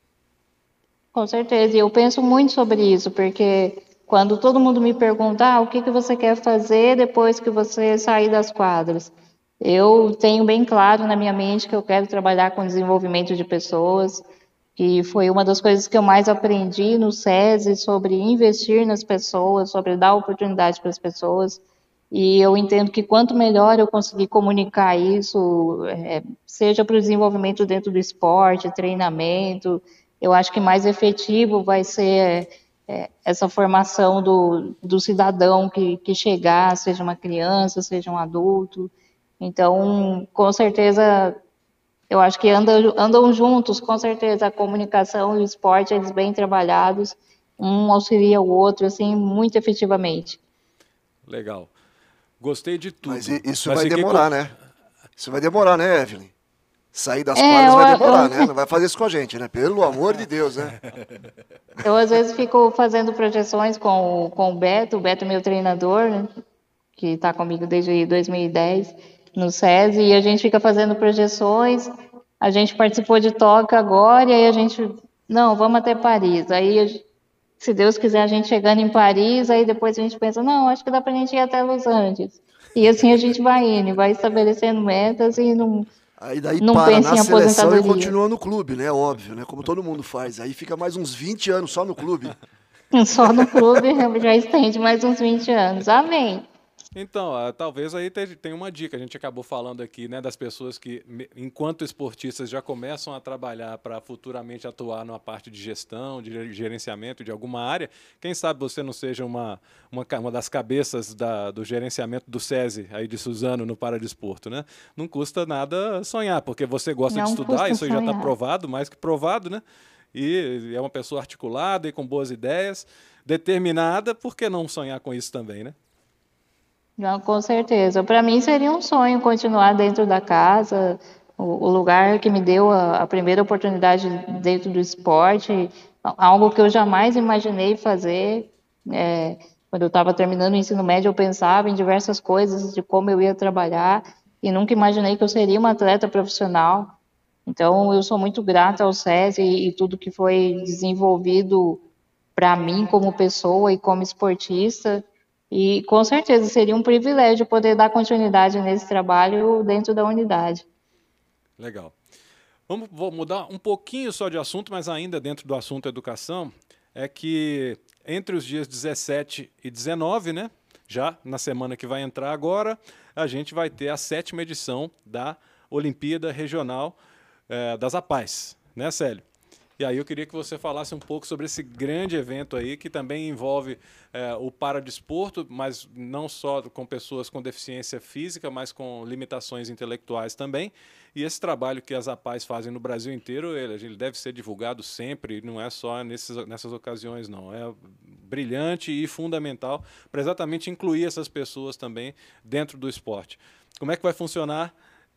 Com certeza, e eu penso muito sobre isso, porque quando todo mundo me pergunta, o que que você quer fazer depois que você sair das quadras, eu tenho bem claro na minha mente que eu quero trabalhar com desenvolvimento de pessoas, que foi uma das coisas que eu mais aprendi no SESI sobre investir nas pessoas, sobre dar oportunidade para as pessoas. E eu entendo que quanto melhor eu conseguir comunicar isso, seja para o desenvolvimento dentro do esporte, treinamento, eu acho que mais efetivo vai ser essa formação do cidadão que chegar, seja uma criança, seja um adulto. Então, com certeza, eu acho que andam juntos, com certeza, a comunicação e o esporte, eles bem trabalhados, um auxilia o outro, assim, muito efetivamente. Legal. Gostei de Mas tudo. isso Mas vai fiquei demorar, né? Isso vai demorar, né, Evelyn? Sair das É, quadras vai demorar, né? Não vai fazer isso com a gente, né? Pelo amor de Deus, né? eu às vezes fico fazendo projeções com o Beto meu treinador, né, que está comigo desde 2010 no SESI, e a gente fica fazendo projeções, a gente participou de Tóquio agora, e aí a gente, não, vamos até Paris, aí se Deus quiser a gente chegando em Paris, aí depois a gente pensa, não, acho que dá pra gente ir até Los Angeles, e assim a gente vai indo, vai estabelecendo metas e Aí daí não para pensa na em seleção e aposentadoria. continua no clube, né? Óbvio, né? Como todo mundo faz. Aí fica mais uns 20 anos só no clube. Só no clube já estende mais uns 20 anos. Amém. Então, talvez aí tenha uma dica. A gente acabou falando aqui, né, das pessoas que, enquanto esportistas, já começam a trabalhar para futuramente atuar numa parte de gestão, de gerenciamento de alguma área. Quem sabe você não seja uma das cabeças do gerenciamento do SESI, aí de Suzano, no paradesporto, né? Não custa nada sonhar, porque você gosta de Não estudar, custa isso aí já está sonhar. provado, mais que provado, né? E é uma pessoa articulada e com boas ideias, determinada, por que não sonhar com isso também, né? Não, com certeza. Para mim seria um sonho continuar dentro da casa, o lugar que me deu a primeira oportunidade dentro do esporte, algo que eu jamais imaginei fazer. É, quando eu estava terminando o ensino médio, eu pensava em diversas coisas de como eu ia trabalhar e nunca imaginei que eu seria uma atleta profissional. Então, eu sou muito grata ao SESI e tudo que foi desenvolvido para mim como pessoa e como esportista. E com certeza seria um privilégio poder dar continuidade nesse trabalho dentro da unidade. Legal. Vou mudar um pouquinho só de assunto, mas ainda dentro do assunto educação, é que entre os dias 17 e 19, né, já na semana que vai entrar agora, a gente vai ter a 7ª edição da Olimpíada Regional das APAES, né, Célio? E aí eu queria que você falasse um pouco sobre esse grande evento aí, que também envolve o paradesporto, mas não só com pessoas com deficiência física, mas com limitações intelectuais também. E esse trabalho que as APAES fazem no Brasil inteiro, ele deve ser divulgado sempre, não é só nessas ocasiões, não. É brilhante e fundamental para exatamente incluir essas pessoas também dentro do esporte. Como é que vai funcionar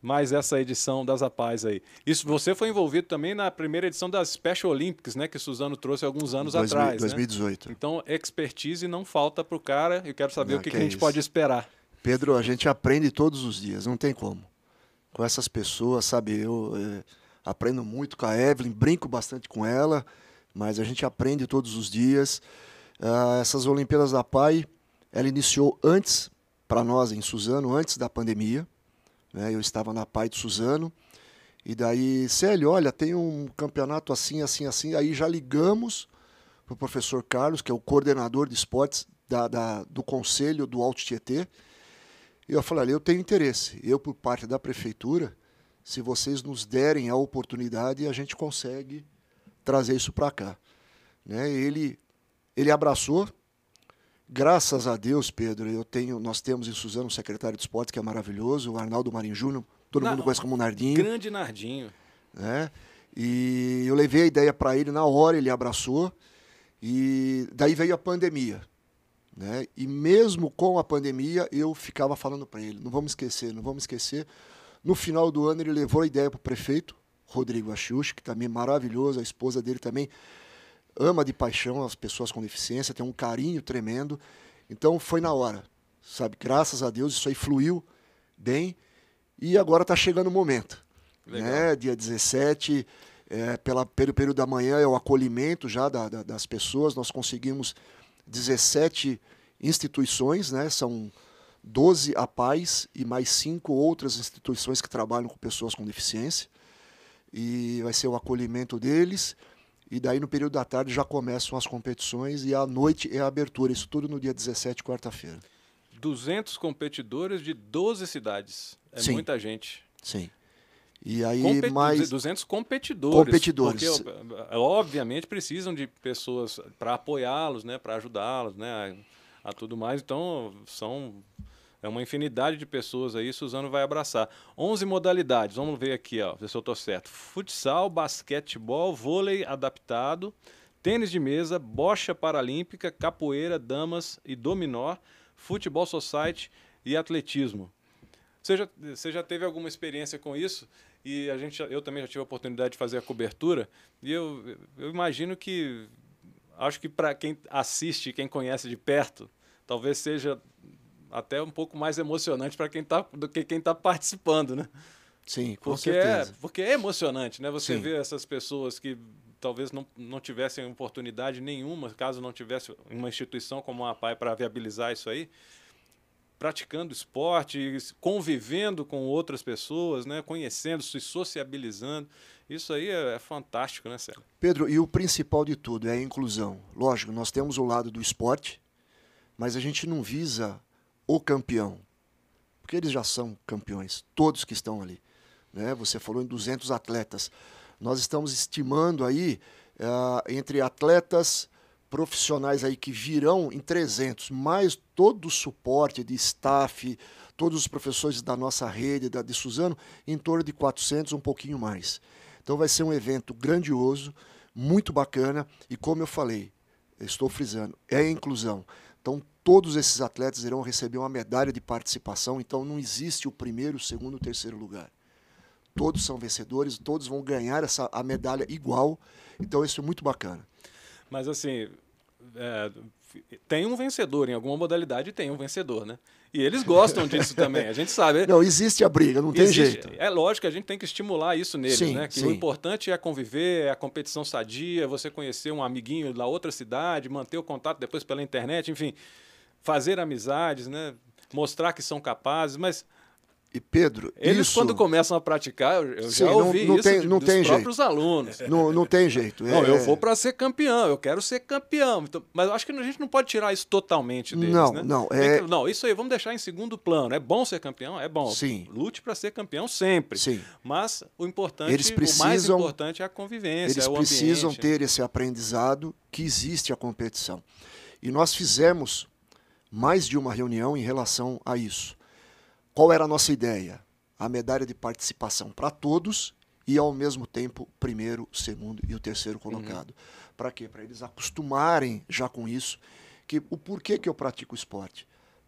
mais essa edição das APAES aí. Isso, você foi envolvido também na primeira edição das Special Olympics, né, que Suzano trouxe alguns anos atrás. 2018. Né? Então, expertise não falta para o cara. Eu quero saber o que a gente pode esperar. Pedro, a gente aprende todos os dias, não tem como. Com essas pessoas, sabe, eu aprendo muito com a Evelyn, brinco bastante com ela, mas a gente aprende todos os dias. Essas Olimpíadas da APAE, ela iniciou antes, para nós em Suzano, antes da pandemia. Né? Eu estava na APAE de Suzano, e daí, Célio, olha, tem um campeonato assim, assim, assim, aí já ligamos para o professor Carlos, que é o coordenador de esportes do Conselho do Alto Tietê. E eu falei, olha, eu tenho interesse. Eu, por parte da prefeitura, se vocês nos derem a oportunidade, a gente consegue trazer isso para cá. Né? Ele abraçou. Graças a Deus, Pedro, nós temos em Suzano um secretário de esportes que é maravilhoso, o Arnaldo Marinho Júnior, todo mundo conhece como Nardinho. Grande Nardinho. Né? E eu levei a ideia para ele, na hora ele abraçou, e daí veio a pandemia. Né? E mesmo com a pandemia, eu ficava falando para ele, não vamos esquecer, não vamos esquecer. No final do ano, ele levou a ideia para o prefeito, Rodrigo Axux, que também é maravilhoso, a esposa dele também ama de paixão as pessoas com deficiência, tem um carinho tremendo. Então, foi na hora, sabe? Graças a Deus, isso aí fluiu bem. E agora está chegando o momento. Né? Dia 17, pelo período da manhã, é o acolhimento já das pessoas. Nós conseguimos 17 instituições, né? São 12 APAES e mais 5 outras instituições que trabalham com pessoas com deficiência. E vai ser o acolhimento deles. E daí, no período da tarde, já começam as competições e à noite é a abertura. Isso tudo no dia 17, quarta-feira. 200 competidores de 12 cidades. Sim. Muita gente. Sim. E aí mais 200 competidores. Porque, obviamente, precisam de pessoas para apoiá-los, né, para ajudá-los, né, a tudo mais. Então, é uma infinidade de pessoas aí, Suzano vai abraçar. 11 modalidades, vamos ver aqui, ó, ver se eu estou certo. Futsal, basquetebol, vôlei adaptado, tênis de mesa, bocha paralímpica, capoeira, damas e dominó, futebol society e atletismo. Você já teve alguma experiência com isso? E eu também já tive a oportunidade de fazer a cobertura. E eu imagino que, acho que para quem assiste, quem conhece de perto, talvez seja até um pouco mais emocionante para do que quem está participando, né? Sim, com certeza. Porque é emocionante, né? Você Sim. vê essas pessoas que talvez não tivessem oportunidade nenhuma, caso não tivesse uma instituição como a APAE para viabilizar isso aí, praticando esporte, convivendo com outras pessoas, né? Conhecendo, se sociabilizando. Isso aí é fantástico, né, Célio? Pedro, e o principal de tudo é a inclusão. Lógico, nós temos o lado do esporte, mas a gente não visa o campeão, porque eles já são campeões, todos que estão ali. Né? Você falou em 200 atletas. Nós estamos estimando aí, entre atletas profissionais aí que virão em 300, mais todo o suporte de staff, todos os professores da nossa rede, de Suzano, em torno de 400, um pouquinho mais. Então vai ser um evento grandioso, muito bacana, e como eu falei, eu estou frisando, é a inclusão. Então todos esses atletas irão receber uma medalha de participação, então não existe o primeiro, o segundo, o terceiro lugar. Todos são vencedores, todos vão ganhar a medalha igual, então isso é muito bacana. Mas assim, tem um vencedor, em alguma modalidade tem um vencedor, né? E eles gostam disso também, a gente sabe. Não, existe a briga, não tem jeito. É lógico que a gente tem que estimular isso neles, sim, né? Que sim. O importante é conviver, é a competição sadia, você conhecer um amiguinho da outra cidade, manter o contato depois pela internet, enfim, fazer amizades, né? Mostrar que são capazes, mas... E Pedro, eles quando começam a praticar, eu já ouvi isso dos próprios alunos. Não tem jeito. Não, eu vou para ser campeão, eu quero ser campeão. Então, mas eu acho que a gente não pode tirar isso totalmente deles, né? Não, isso aí vamos deixar em segundo plano. É bom ser campeão? É bom. Sim. Lute para ser campeão sempre. Sim. Mas o importante, o mais importante é a convivência, eles é o precisam ambiente. ter esse aprendizado que existe a competição. E nós fizemos mais de uma reunião em relação a isso. Qual era a nossa ideia? A medalha de participação para todos e, ao mesmo tempo, primeiro, segundo e o terceiro colocado. Para quê? Para eles acostumarem já com isso. O porquê que eu pratico esporte?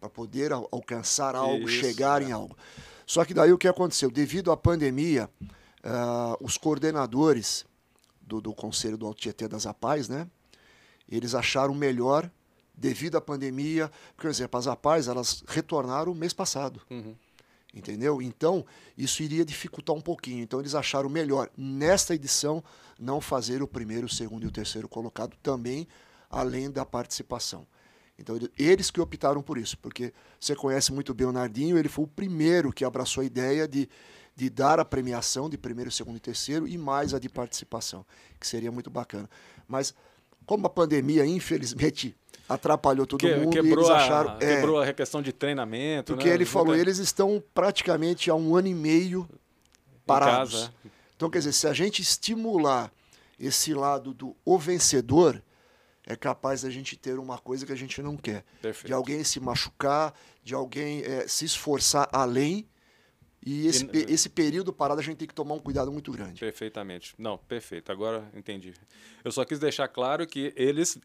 para poder alcançar algo, Isso, chegar em algo. Só que daí o que aconteceu? Devido à pandemia, os coordenadores do Conselho do Alto Tietê das APAES, né, eles acharam melhor, devido à pandemia, por exemplo, as APAES, elas retornaram mês passado. Entendeu? Então, isso iria dificultar um pouquinho. Então, eles acharam melhor, nesta edição, não fazer o primeiro, o segundo e o terceiro colocado também, além da participação. Então, eles que optaram por isso, porque você conhece muito bem o Nardinho, ele foi o primeiro que abraçou a ideia de dar a premiação de primeiro, segundo e terceiro e mais a de participação, que seria muito bacana. Mas, como a pandemia, infelizmente, atrapalhou todo mundo, quebrou, eles acharam... quebrou a questão de treinamento. Porque ele falou, eles estão praticamente há 1 ano e meio parados. Casa. Então, quer dizer, se a gente estimular esse lado o vencedor, é capaz da gente ter uma coisa que a gente não quer. Perfeito. De alguém se machucar, de alguém se esforçar além. E esse período parado a gente tem que tomar um cuidado muito grande. Perfeitamente. Não, perfeito. Agora entendi. Eu só quis deixar claro que eles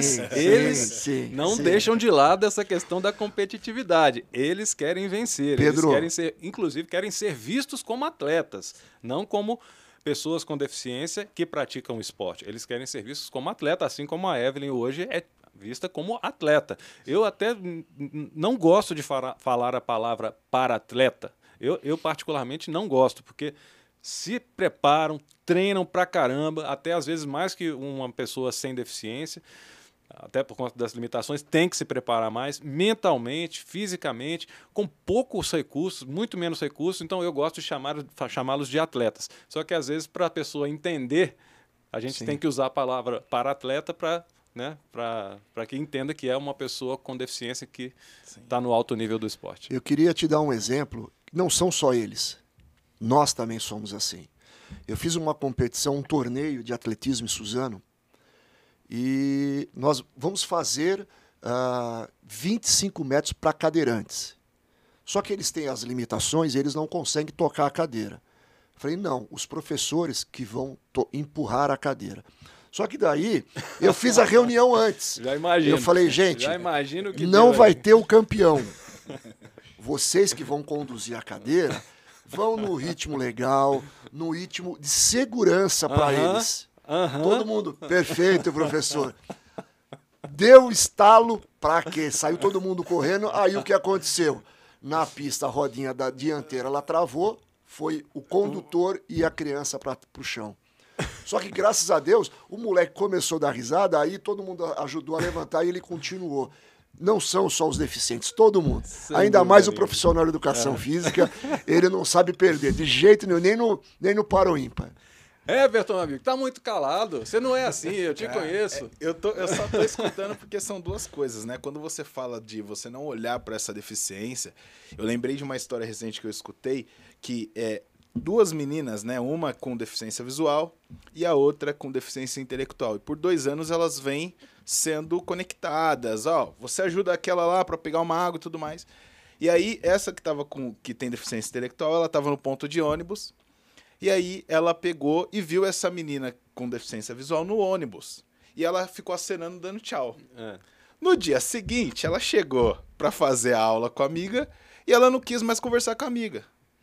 não deixam de lado essa questão da competitividade. Eles querem vencer. Pedro, eles querem ser vistos como atletas, não como pessoas com deficiência que praticam esporte. Eles querem ser vistos como atleta, assim como a Evelyn hoje é vista como atleta. Eu até não gosto de falar a palavra para-atleta. Eu particularmente não gosto, porque se preparam, treinam pra caramba, até às vezes mais que uma pessoa sem deficiência, até por conta das limitações, tem que se preparar mais mentalmente, fisicamente, com poucos recursos, muito menos recursos. Então eu gosto de chamá-los de atletas. Só que às vezes, para a pessoa entender, a gente tem que usar a palavra para atleta para que entenda que é uma pessoa com deficiência que está no alto nível do esporte. Eu queria te dar um exemplo. Não são só eles. Nós também somos assim. Eu fiz uma competição, um torneio de atletismo em Suzano, e nós vamos fazer 25 metros para cadeirantes. Só que eles têm as limitações e eles não conseguem tocar a cadeira. Eu falei, não, os professores que vão empurrar a cadeira. Só que daí, eu fiz a reunião antes. Já imagino. Eu falei, gente, já imagino que não vai ter o campeão. Vocês que vão conduzir a cadeira, vão no ritmo legal, no ritmo de segurança para eles. Todo mundo, perfeito, professor. Deu estalo para quê? Saiu todo mundo correndo, aí o que aconteceu? Na pista, a rodinha da dianteira, ela travou, foi o condutor e a criança para o chão. Só que, graças a Deus, o moleque começou a dar risada, aí todo mundo ajudou a levantar e ele continuou. Não são só os deficientes, todo mundo. Ainda mais o profissional de educação física, ele não sabe perder, de jeito nenhum, nem no par ou ímpar. Everton, amigo, tá muito calado. Você não é assim, eu te conheço. Eu só tô escutando porque são duas coisas, né? Quando você fala de você não olhar para essa deficiência, eu lembrei de uma história recente que eu escutei, que duas meninas, né? Uma com deficiência visual e a outra com deficiência intelectual. E por 2 anos elas vêm sendo conectadas. Ó, você ajuda aquela lá para pegar uma água e tudo mais. E aí, essa que tem deficiência intelectual, ela tava no ponto de ônibus. E aí ela pegou e viu essa menina com deficiência visual no ônibus. E ela ficou acenando, dando tchau. No dia seguinte, ela chegou para fazer a aula com a amiga e ela não quis mais conversar com a amiga.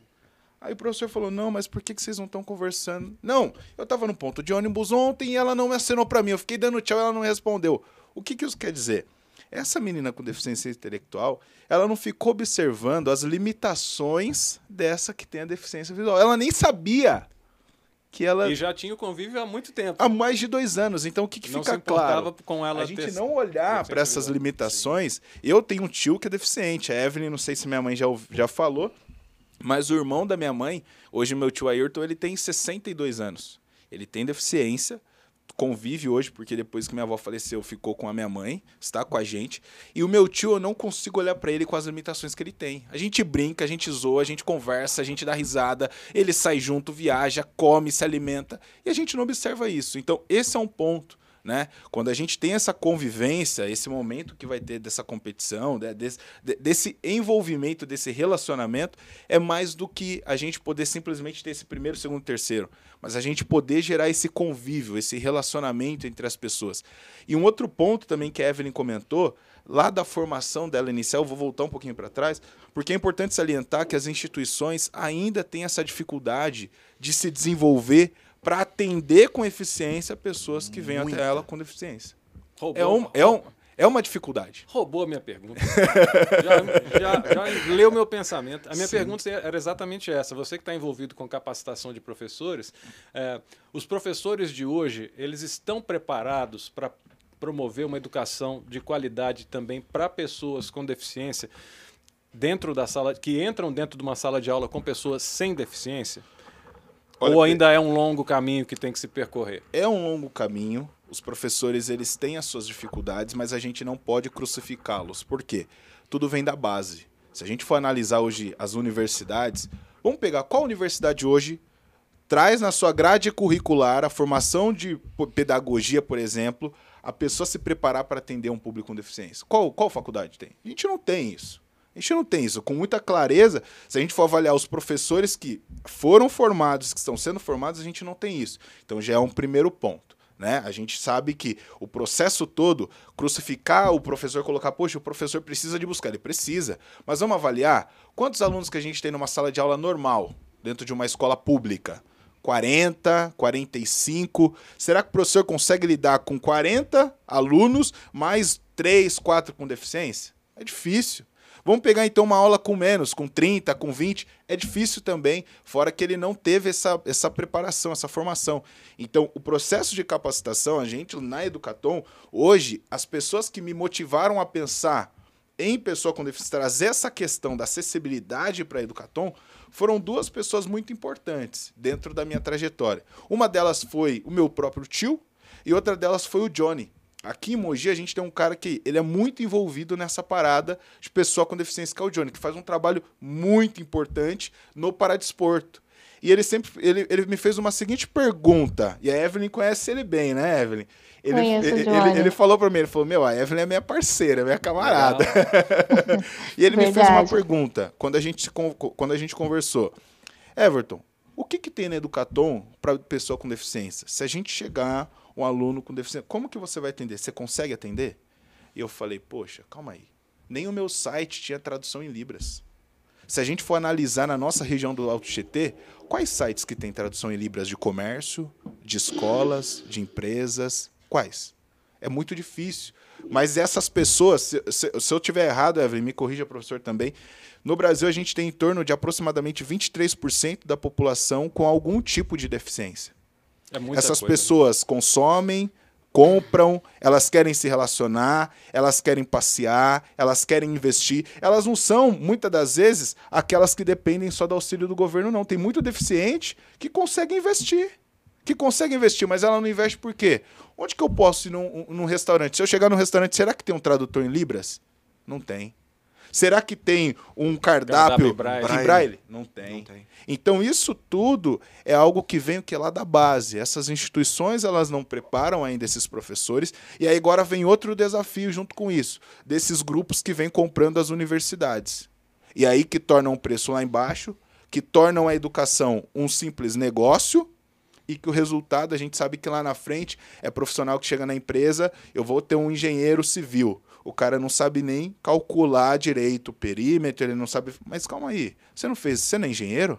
Aí o professor falou, não, mas por que vocês não estão conversando? Não, eu tava no ponto de ônibus ontem e ela não me acenou para mim. Eu fiquei dando tchau e ela não respondeu. O que isso quer dizer? Essa menina com deficiência intelectual, ela não ficou observando as limitações dessa que tem a deficiência visual. Ela nem sabia que ela... E já tinha o convívio há muito tempo. Há mais de 2 anos. Então, o que não fica se importava claro? Com ela a gente não olhar para essas limitações... Sim. Eu tenho um tio que é deficiente. A Evelyn, não sei se minha mãe já falou, mas o irmão da minha mãe, hoje meu tio Ayrton, ele tem 62 anos. Ele tem deficiência, convive hoje, porque depois que minha avó faleceu, ficou com a minha mãe, está com a gente. E o meu tio, eu não consigo olhar para ele com as limitações que ele tem. A gente brinca, a gente zoa, a gente conversa, a gente dá risada, ele sai junto, viaja, come, se alimenta, e a gente não observa isso. Então, esse é um ponto, né? Quando a gente tem essa convivência, esse momento que vai ter dessa competição, né? desse envolvimento, desse relacionamento, é mais do que a gente poder simplesmente ter esse primeiro, segundo, terceiro, mas a gente poder gerar esse convívio, esse relacionamento entre as pessoas. E um outro ponto também que a Evelyn comentou, lá da formação dela inicial, vou voltar um pouquinho para trás, porque é importante salientar que as instituições ainda têm essa dificuldade de se desenvolver para atender com eficiência pessoas que vêm até ela com deficiência. É uma dificuldade. Roubou a minha pergunta. já leu meu pensamento. A minha pergunta era exatamente essa. Você que está envolvido com capacitação de professores, os professores de hoje, eles estão preparados para promover uma educação de qualidade também para pessoas com deficiência dentro da sala, que entram dentro de uma sala de aula com pessoas sem deficiência? Ou ainda é um longo caminho que tem que se percorrer? É um longo caminho. Os professores, eles têm as suas dificuldades, mas a gente não pode crucificá-los. Por quê? Tudo vem da base. Se a gente for analisar hoje as universidades, vamos pegar qual universidade hoje traz na sua grade curricular a formação de pedagogia, por exemplo, a pessoa se preparar para atender um público com deficiência. Qual faculdade tem? A gente não tem isso. A gente não tem isso. Com muita clareza, se a gente for avaliar os professores que foram formados, que estão sendo formados, a gente não tem isso. Então já é um primeiro ponto. Né? A gente sabe que o processo todo, crucificar o professor, colocar, poxa, o professor precisa de buscar, ele precisa. Mas vamos avaliar quantos alunos que a gente tem numa sala de aula normal, dentro de uma escola pública? 40, 45. Será que o professor consegue lidar com 40 alunos, mais 3, 4 com deficiência? É difícil. Vamos pegar então uma aula com menos, com 30, com 20, é difícil também, fora que ele não teve essa preparação, essa formação. Então, o processo de capacitação, a gente, na Educatom, hoje, as pessoas que me motivaram a pensar em pessoa com deficiência, trazer essa questão da acessibilidade para a Educatom, foram duas pessoas muito importantes dentro da minha trajetória. Uma delas foi o meu próprio tio e outra delas foi o Johnny. Aqui em Mogi a gente tem um cara que ele é muito envolvido nessa parada de pessoa com deficiência, que é o Johnny, que faz um trabalho muito importante no paradesporto. E ele me fez uma seguinte pergunta, e a Evelyn conhece ele bem, né, Evelyn? Ele falou para mim, ele falou, a Evelyn é minha parceira, minha camarada. E ele me fez uma pergunta, quando a gente conversou. Everton, o que tem na Educatom para pessoa com deficiência? Se a gente chegar um aluno com deficiência, como que você vai atender? Você consegue atender? E eu falei, poxa, calma aí. Nem o meu site tinha tradução em Libras. Se a gente for analisar na nossa região do Alto Tietê, quais sites que tem tradução em Libras de comércio, de escolas, de empresas? Quais? É muito difícil. Mas essas pessoas, se eu tiver errado, Evelyn, me corrija, professor, também. No Brasil, a gente tem em torno de aproximadamente 23% da população com algum tipo de deficiência. Essas pessoas consomem, compram, elas querem se relacionar, elas querem passear, elas querem investir. Elas não são, muitas das vezes, aquelas que dependem só do auxílio do governo, não. Tem muito deficiente que consegue investir. Mas ela não investe por quê? Onde que eu posso ir num restaurante? Se eu chegar num restaurante, será que tem um tradutor em Libras? Não tem. Será que tem um cardápio em braille? Não tem. Então, isso tudo é algo que vem lá da base. Essas instituições, elas não preparam ainda esses professores. E aí agora vem outro desafio junto com isso, desses grupos que vêm comprando as universidades. E aí que tornam o preço lá embaixo, que tornam a educação um simples negócio, e que o resultado, a gente sabe que lá na frente é profissional que chega na empresa, eu vou ter um engenheiro civil. O cara não sabe nem calcular direito o perímetro, ele não sabe... Mas calma aí, você não é engenheiro?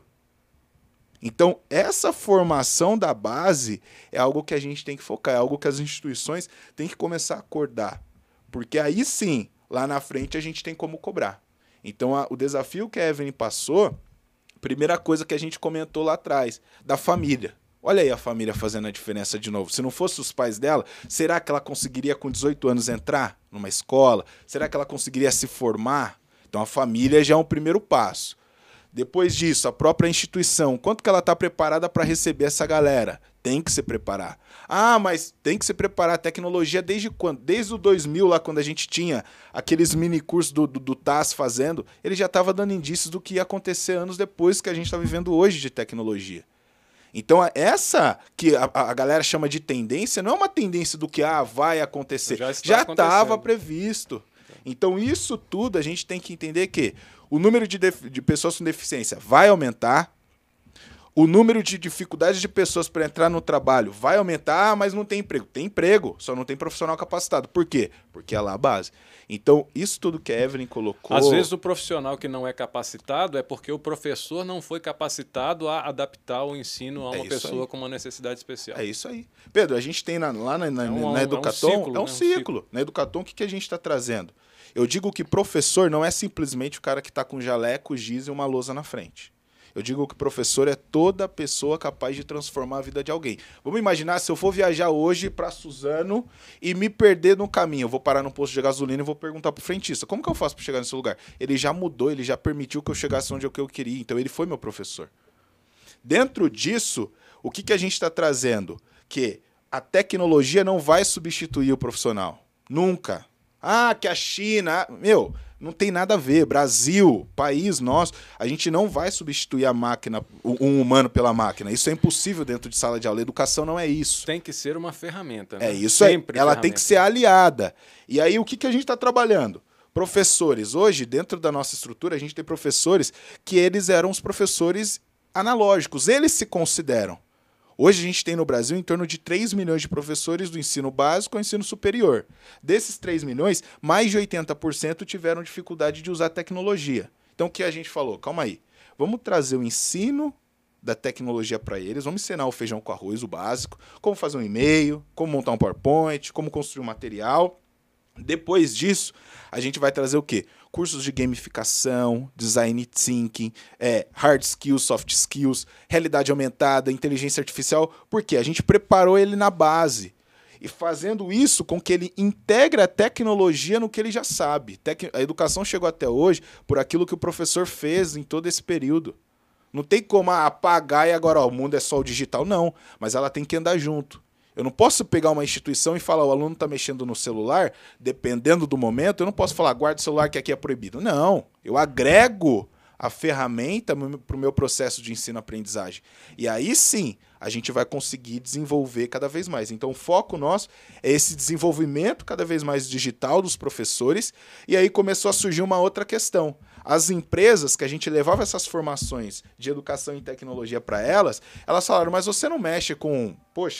Então, essa formação da base é algo que a gente tem que focar, é algo que as instituições têm que começar a acordar. Porque aí sim, lá na frente, a gente tem como cobrar. Então, o desafio que a Evelyn passou, primeira coisa que a gente comentou lá atrás, da família. Olha aí a família fazendo a diferença de novo. Se não fosse os pais dela, será que ela conseguiria com 18 anos entrar numa escola? Será que ela conseguiria se formar? Então a família já é um primeiro passo. Depois disso, a própria instituição, quanto que ela está preparada para receber essa galera? Tem que se preparar. Ah, mas tem que se preparar. A tecnologia desde quando? Desde o 2000, lá quando a gente tinha aqueles mini cursos do TAS fazendo, ele já estava dando indícios do que ia acontecer anos depois que a gente está vivendo hoje de tecnologia. Então, essa que a galera chama de tendência, não é uma tendência do que vai acontecer. Já estava previsto. Então, isso tudo a gente tem que entender que o número de pessoas com deficiência vai aumentar, O número de dificuldades de pessoas para entrar no trabalho vai aumentar, mas não tem emprego. Tem emprego, só não tem profissional capacitado. Por quê? Porque é lá a base. Então, isso tudo que a Evelyn colocou... Às vezes o profissional que não é capacitado é porque o professor não foi capacitado a adaptar o ensino a uma pessoa com uma necessidade especial. É isso aí. Pedro, a gente tem lá na Educatom, é um ciclo. Na Educatom, o que a gente está trazendo? Eu digo que professor não é simplesmente o cara que está com jaleco, giz e uma lousa na frente. Eu digo que professor é toda pessoa capaz de transformar a vida de alguém. Vamos imaginar se eu for viajar hoje para Suzano e me perder no caminho. Eu vou parar no posto de gasolina e vou perguntar pro frentista, como que eu faço para chegar nesse lugar? Ele já mudou, ele já permitiu que eu chegasse onde eu queria. Então ele foi meu professor. Dentro disso, o que a gente está trazendo? Que a tecnologia não vai substituir o profissional. Nunca. Ah, que a China... não tem nada a ver. Brasil, país nosso, a gente não vai substituir a máquina, um humano pela máquina. Isso é impossível dentro de sala de aula. Educação não é isso. Tem que ser uma ferramenta, né? É isso aí. Ela tem que ser aliada. E aí, o que a gente está trabalhando? Professores. Hoje, dentro da nossa estrutura, a gente tem professores que eles eram os professores analógicos. Eles se consideram. Hoje a gente tem no Brasil em torno de 3 milhões de professores do ensino básico ao ensino superior. Desses 3 milhões, mais de 80% tiveram dificuldade de usar tecnologia. Então o que a gente falou? Calma aí, vamos trazer o ensino da tecnologia para eles, vamos ensinar o feijão com arroz, o básico, como fazer um e-mail, como montar um PowerPoint, como construir um material. Depois disso, a gente vai trazer o quê? Cursos de gamificação, design thinking, hard skills, soft skills, realidade aumentada, inteligência artificial, porque a gente preparou ele na base. E fazendo isso com que ele integre a tecnologia no que ele já sabe. A educação chegou até hoje por aquilo que o professor fez em todo esse período. Não tem como apagar e agora o mundo é só o digital, não. Mas ela tem que andar junto. Eu não posso pegar uma instituição e falar, o aluno está mexendo no celular, dependendo do momento, eu não posso falar, guarda o celular que aqui é proibido. Não, eu agrego a ferramenta para o meu processo de ensino-aprendizagem. E aí sim, a gente vai conseguir desenvolver cada vez mais. Então o foco nosso é esse desenvolvimento cada vez mais digital dos professores, e aí começou a surgir uma outra questão. As empresas que a gente levava essas formações de educação e tecnologia para elas falaram, mas você não mexe com,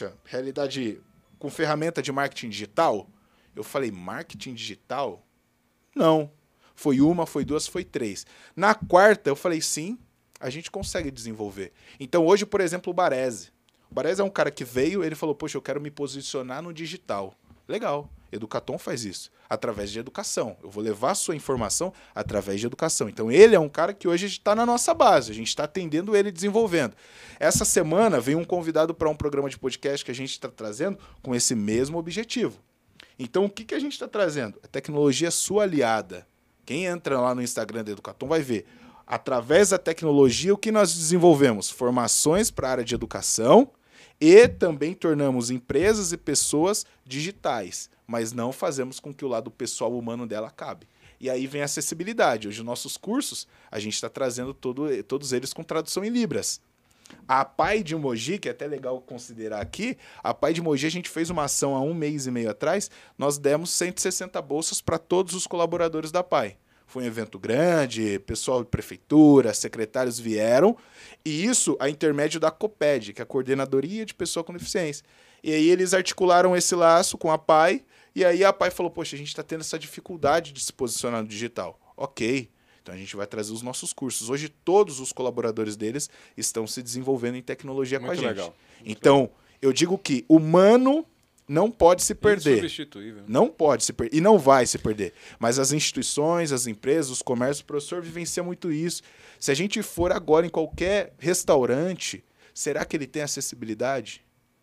com ferramenta de marketing digital? Eu falei, marketing digital? Não. Foi uma, foi duas, foi 3. Na quarta, eu falei, sim, a gente consegue desenvolver. Então hoje, por exemplo, o Baresi. O Baresi é um cara que veio, ele falou, poxa, eu quero me posicionar no digital. Legal. Educatom faz isso, através de educação. Eu vou levar a sua informação através de educação. Então, ele é um cara que hoje está na nossa base, a gente está atendendo ele, desenvolvendo. Essa semana veio um convidado para um programa de podcast que a gente está trazendo com esse mesmo objetivo. Então, o que a gente está trazendo? A tecnologia sua aliada. Quem entra lá no Instagram da Educatom vai ver, através da tecnologia, o que nós desenvolvemos? Formações para a área de educação e também tornamos empresas e pessoas digitais, mas não fazemos com que o lado pessoal humano dela acabe. E aí vem a acessibilidade. Hoje, os nossos cursos, a gente está trazendo todos eles com tradução em Libras. A Pai de Mogi, que é até legal considerar aqui, a Pai de Mogi, a gente fez uma ação há 1 mês e meio atrás, nós demos 160 bolsas para todos os colaboradores da Pai. Foi um evento grande, pessoal de prefeitura, secretários vieram, e isso a intermédio da COPED, que é a Coordenadoria de Pessoa com Deficiência. E aí eles articularam esse laço com a Pai, e aí a Pai falou, poxa, a gente está tendo essa dificuldade de se posicionar no digital. Ok, então a gente vai trazer os nossos cursos. Hoje todos os colaboradores deles estão se desenvolvendo em tecnologia com a gente. Legal. Então, eu digo que humano não pode se perder. Insubstituível. Não pode se perder. E não vai se perder. Mas as instituições, as empresas, os comércios, o professor vivencia muito isso. Se a gente for agora em qualquer restaurante, será que ele tem acessibilidade?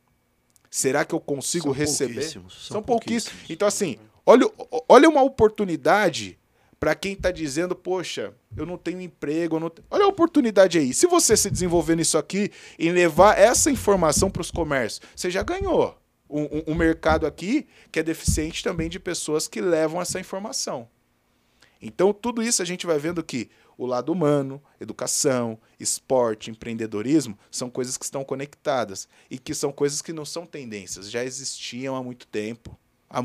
Será que eu consigo receber? São pouquíssimos. Então, assim, olha uma oportunidade para quem está dizendo, poxa, eu não tenho emprego. Olha a oportunidade aí. Se você se desenvolver nisso aqui, em levar essa informação para os comércios, você já ganhou. Um mercado aqui que é deficiente também de pessoas que levam essa informação. Então, tudo isso a gente vai vendo que o lado humano, educação, esporte, empreendedorismo são coisas que estão conectadas e que são coisas que não são tendências, já existiam há muito tempo,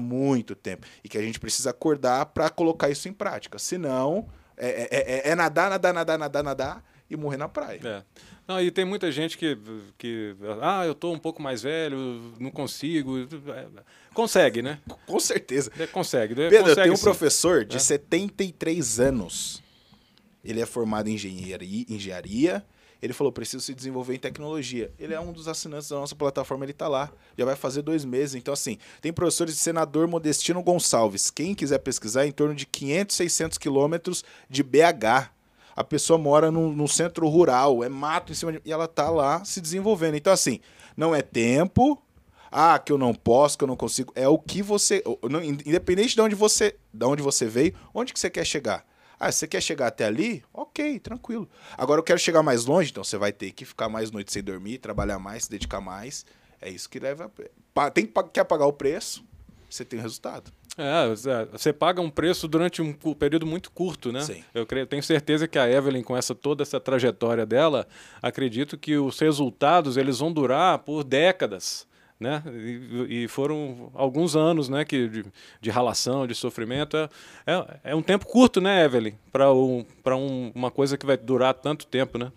e que a gente precisa acordar para colocar isso em prática. Senão, nadar, e morrer na praia. É. Não, e tem muita gente que eu tô um pouco mais velho, não consigo. Consegue, né? Com certeza. Consegue. Pedro, consegue, tem um sim. professor de 73 anos. Ele é formado em engenharia. Ele falou, preciso se desenvolver em tecnologia. Ele é um dos assinantes da nossa plataforma, ele está lá. Já vai fazer 2 meses. Então, assim, tem professores de senador Modestino Gonçalves. Quem quiser pesquisar, em torno de 500, 600 quilômetros de BH. A pessoa mora num centro rural, é mato em cima de... E ela tá lá se desenvolvendo. Então, assim, não é tempo... que eu não posso, que eu não consigo. É o que você... Independente de onde você veio, onde que você quer chegar? Você quer chegar até ali? Ok, tranquilo. Agora eu quero chegar mais longe, então você vai ter que ficar mais noite sem dormir, trabalhar mais, se dedicar mais. É isso que leva... Quer pagar o preço, você tem o resultado. Você paga um preço durante um período muito curto, né? Sim. Tenho certeza que a Evelyn, com toda essa trajetória dela, acredito que os resultados eles vão durar por décadas, né? E foram alguns anos, né, de ralação, de sofrimento. É um tempo curto, né, Evelyn? Para uma coisa que vai durar tanto tempo, né?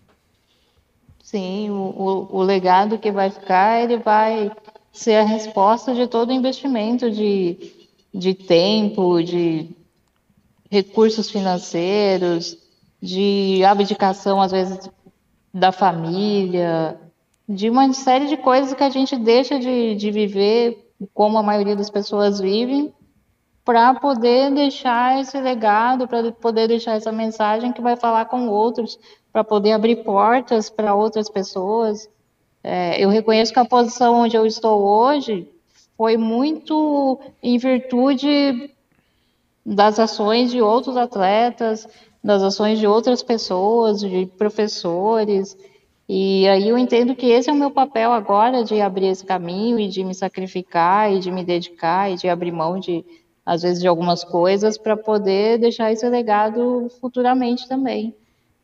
Sim, o legado que vai ficar, ele vai ser a resposta de todo o investimento de tempo, de recursos financeiros, de abdicação, às vezes, da família, de uma série de coisas que a gente deixa de viver, como a maioria das pessoas vivem, para poder deixar esse legado, para poder deixar essa mensagem que vai falar com outros, para poder abrir portas para outras pessoas. Eu reconheço que a posição onde eu estou hoje foi muito em virtude das ações de outros atletas, das ações de outras pessoas, de professores. E aí eu entendo que esse é o meu papel agora, de abrir esse caminho e de me sacrificar e de me dedicar e de abrir mão às vezes, de algumas coisas para poder deixar esse legado futuramente também.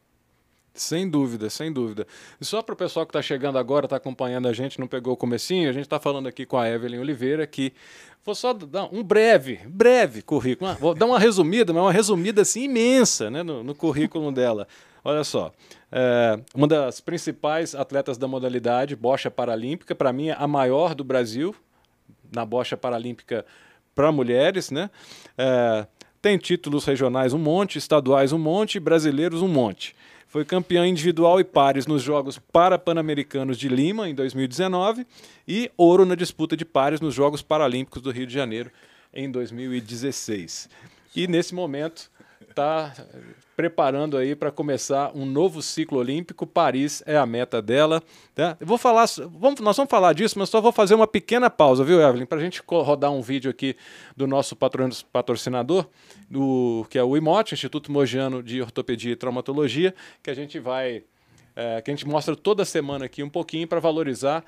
Sem dúvida, sem dúvida. E só para o pessoal que está chegando agora, está acompanhando a gente, não pegou o comecinho, a gente está falando aqui com a Evelyn Oliveira, que vou só dar um breve currículo, vou dar uma resumida, mas uma resumida assim imensa, né, no currículo dela. Olha só, uma das principais atletas da modalidade, bocha paralímpica, para mim a maior do Brasil, na bocha paralímpica para mulheres, né? Tem títulos regionais um monte, estaduais um monte, brasileiros um monte. Foi campeã individual e pares nos Jogos Pan-Americanos de Lima, em 2019, e ouro na disputa de pares nos Jogos Paralímpicos do Rio de Janeiro, em 2016. E, nesse momento, está preparando aí para começar um novo ciclo olímpico. Paris é a meta dela. Tá? Eu vou falar, nós vamos falar disso, mas só vou fazer uma pequena pausa, viu, Evelyn? Para a gente rodar um vídeo aqui do nosso patrocinador, que é o IMOT, Instituto Mogiano de Ortopedia e Traumatologia, que a gente mostra toda semana aqui um pouquinho para valorizar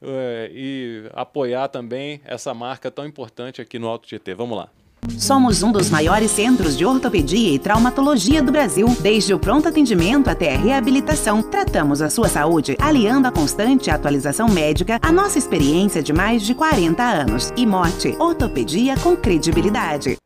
e apoiar também essa marca tão importante aqui no Alto Tietê. Vamos lá. Somos um dos maiores centros de ortopedia e traumatologia do Brasil. Desde o pronto atendimento até a reabilitação, tratamos a sua saúde, aliando a constante atualização médica à nossa experiência de mais de 40 anos. IMOT, ortopedia com credibilidade.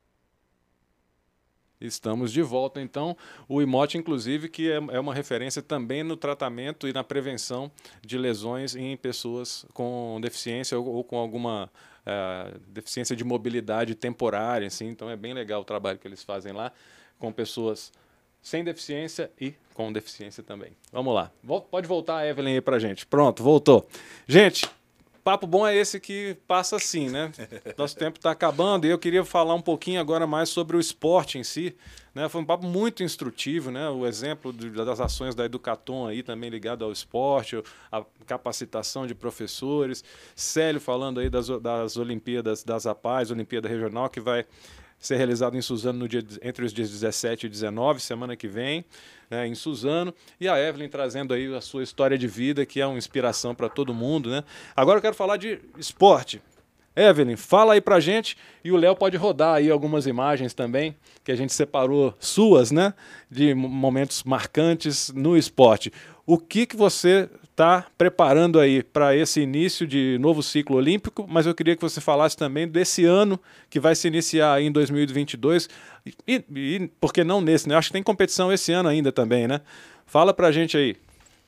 Estamos de volta, então. O IMOT, inclusive, que é uma referência também no tratamento e na prevenção de lesões em pessoas com deficiência ou com alguma deficiência de mobilidade temporária, assim. Então é bem legal o trabalho que eles fazem lá com pessoas sem deficiência e com deficiência também. Vamos lá. Pode voltar a Evelyn aí pra gente. Pronto, voltou. Gente, papo bom é esse que passa assim, né? Nosso tempo está acabando e eu queria falar um pouquinho agora mais sobre o esporte em si, né? Foi um papo muito instrutivo, né? O exemplo das ações da Educatom aí também ligado ao esporte, a capacitação de professores, Célio falando aí das Olimpíadas das APAES, Olimpíada Regional, que vai ser realizado em Suzano entre os dias 17 e 19, semana que vem, né, em Suzano. E a Evelyn trazendo aí a sua história de vida, que é uma inspiração para todo mundo, né? Agora eu quero falar de esporte. Evelyn, fala aí pra gente, e o Léo pode rodar aí algumas imagens também, que a gente separou suas, né, de momentos marcantes no esporte. O que você está preparando aí para esse início de novo ciclo olímpico, mas eu queria que você falasse também desse ano que vai se iniciar aí em 2022 e por que não nesse, né? Eu acho que tem competição esse ano ainda também, né? Fala para a gente aí.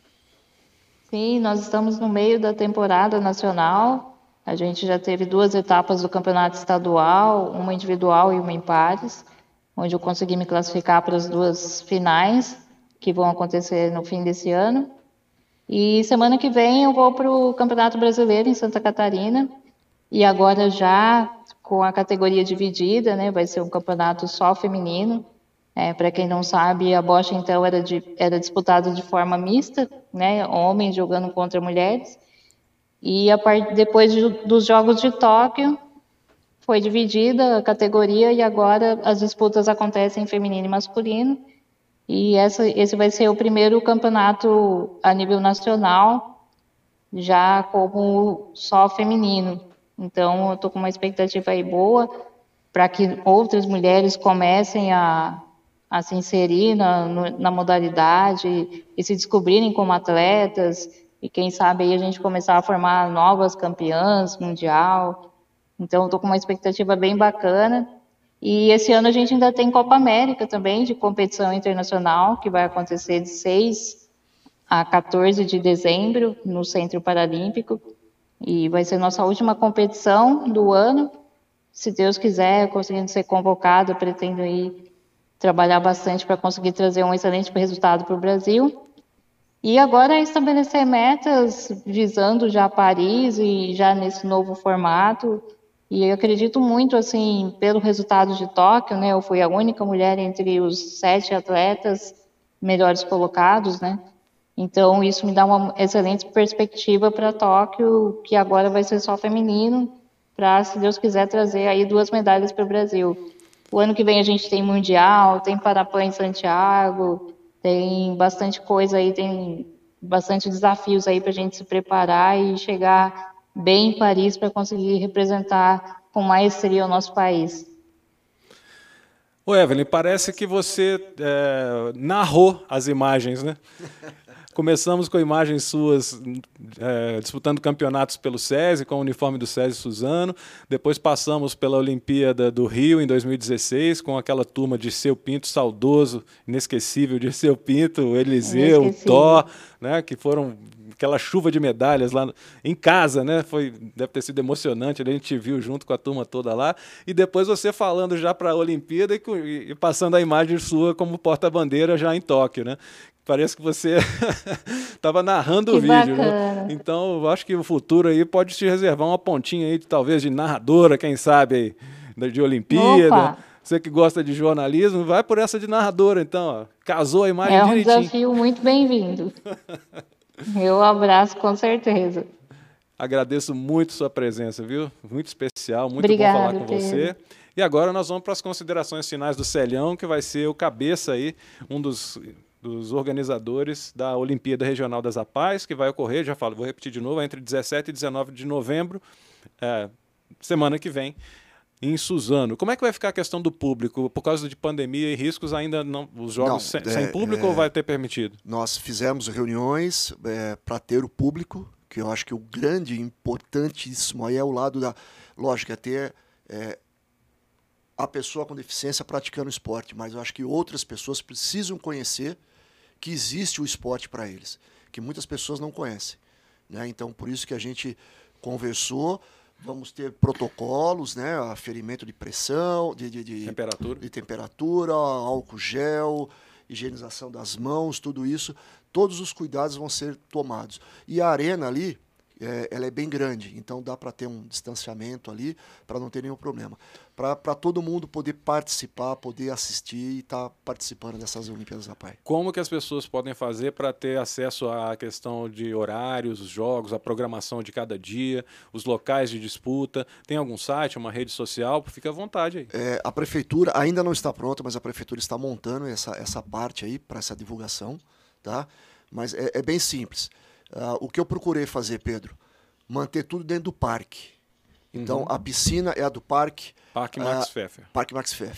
Sim, nós estamos no meio da temporada nacional. A gente já teve 2 etapas do campeonato estadual, uma individual e uma em pares, onde eu consegui me classificar para as 2 finais, que vão acontecer no fim desse ano. E semana que vem eu vou para o Campeonato Brasileiro em Santa Catarina, e agora já com a categoria dividida, né, vai ser um campeonato só feminino. Para quem não sabe, a bocha então era disputada de forma mista, né, homens jogando contra mulheres. E depois dos Jogos de Tóquio, foi dividida a categoria e agora as disputas acontecem em feminino e masculino. E esse vai ser o primeiro campeonato a nível nacional, já como só feminino. Então, eu estou com uma expectativa aí boa para que outras mulheres comecem a se inserir na modalidade e se descobrirem como atletas. E quem sabe aí a gente começar a formar novas campeãs mundial. Então, estou com uma expectativa bem bacana. E esse ano a gente ainda tem Copa América também, de competição internacional, que vai acontecer de 6 a 14 de dezembro, no Centro Paralímpico. E vai ser nossa última competição do ano. Se Deus quiser, conseguindo ser convocada, pretendo ir trabalhar bastante para conseguir trazer um excelente resultado para o Brasil. E agora é estabelecer metas visando já Paris e já nesse novo formato. E eu acredito muito, assim, pelo resultado de Tóquio, né? Eu fui a única mulher entre os 7 atletas melhores colocados, né? Então, isso me dá uma excelente perspectiva para Tóquio, que agora vai ser só feminino, para, se Deus quiser, trazer aí 2 medalhas para o Brasil. O ano que vem a gente tem Mundial, tem Parapan em Santiago, tem bastante coisa aí, tem bastante desafios aí para a gente se preparar e chegar bem em Paris para conseguir representar com maestria o nosso país. Ô Evelyn, parece que você narrou as imagens, né? Começamos com imagens suas disputando campeonatos pelo SESI, com o uniforme do SESI Suzano. Depois passamos pela Olimpíada do Rio, em 2016, com aquela turma de Seu Pinto, saudoso, inesquecível de Seu Pinto, o Eliseu, o Thó, né, que foram aquela chuva de medalhas lá em casa, né? Deve ter sido emocionante, a gente viu junto com a turma toda lá. E depois você falando já para a Olimpíada e passando a imagem sua como porta-bandeira já em Tóquio, né? Parece que você estava narrando o vídeo, né? Então, eu acho que o futuro aí pode te reservar uma pontinha aí, talvez de narradora, quem sabe, aí, de Olimpíada. Opa. Você que gosta de jornalismo, vai por essa de narradora, então. Ó. Casou a imagem direitinho. É um desafio muito bem-vindo. Eu abraço, com certeza. Agradeço muito sua presença, viu? Muito especial, muito Obrigada, bom falar com você. E agora nós vamos para as considerações finais do Celhão, que vai ser o cabeça aí, um dos organizadores da Olimpíada Regional das APAES, que vai ocorrer, já falo, vou repetir de novo, entre 17 e 19 de novembro, semana que vem, em Suzano. Como é que vai ficar a questão do público? Por causa de pandemia e riscos, ainda não, os jogos sem público ou vai ter permitido? Nós fizemos reuniões para ter o público, que eu acho que o grande, importantíssimo aí é o lado da... Lógico, é ter a pessoa com deficiência praticando esporte, mas eu acho que outras pessoas precisam conhecer que existe o esporte para eles, que muitas pessoas não conhecem, né? Então, por isso que a gente conversou, vamos ter protocolos, né? Aferimento de pressão, de temperatura, álcool gel, higienização das mãos, tudo isso, todos os cuidados vão ser tomados. E a arena ali, ela é bem grande, então dá para ter um distanciamento ali, para não ter nenhum problema. Para todo mundo poder participar, poder assistir e estar participando dessas Olimpíadas da PAI. Como que as pessoas podem fazer para ter acesso à questão de horários, os jogos, a programação de cada dia, os locais de disputa? Tem algum site, uma rede social? Fica à vontade aí. A prefeitura ainda não está pronta, mas a prefeitura está montando essa parte aí para essa divulgação, tá? Mas é bem simples. O que eu procurei fazer, Pedro, manter tudo dentro do parque. Então, a piscina é a do parque. Parque Max Pfeffer. Parque Max Pfeffer.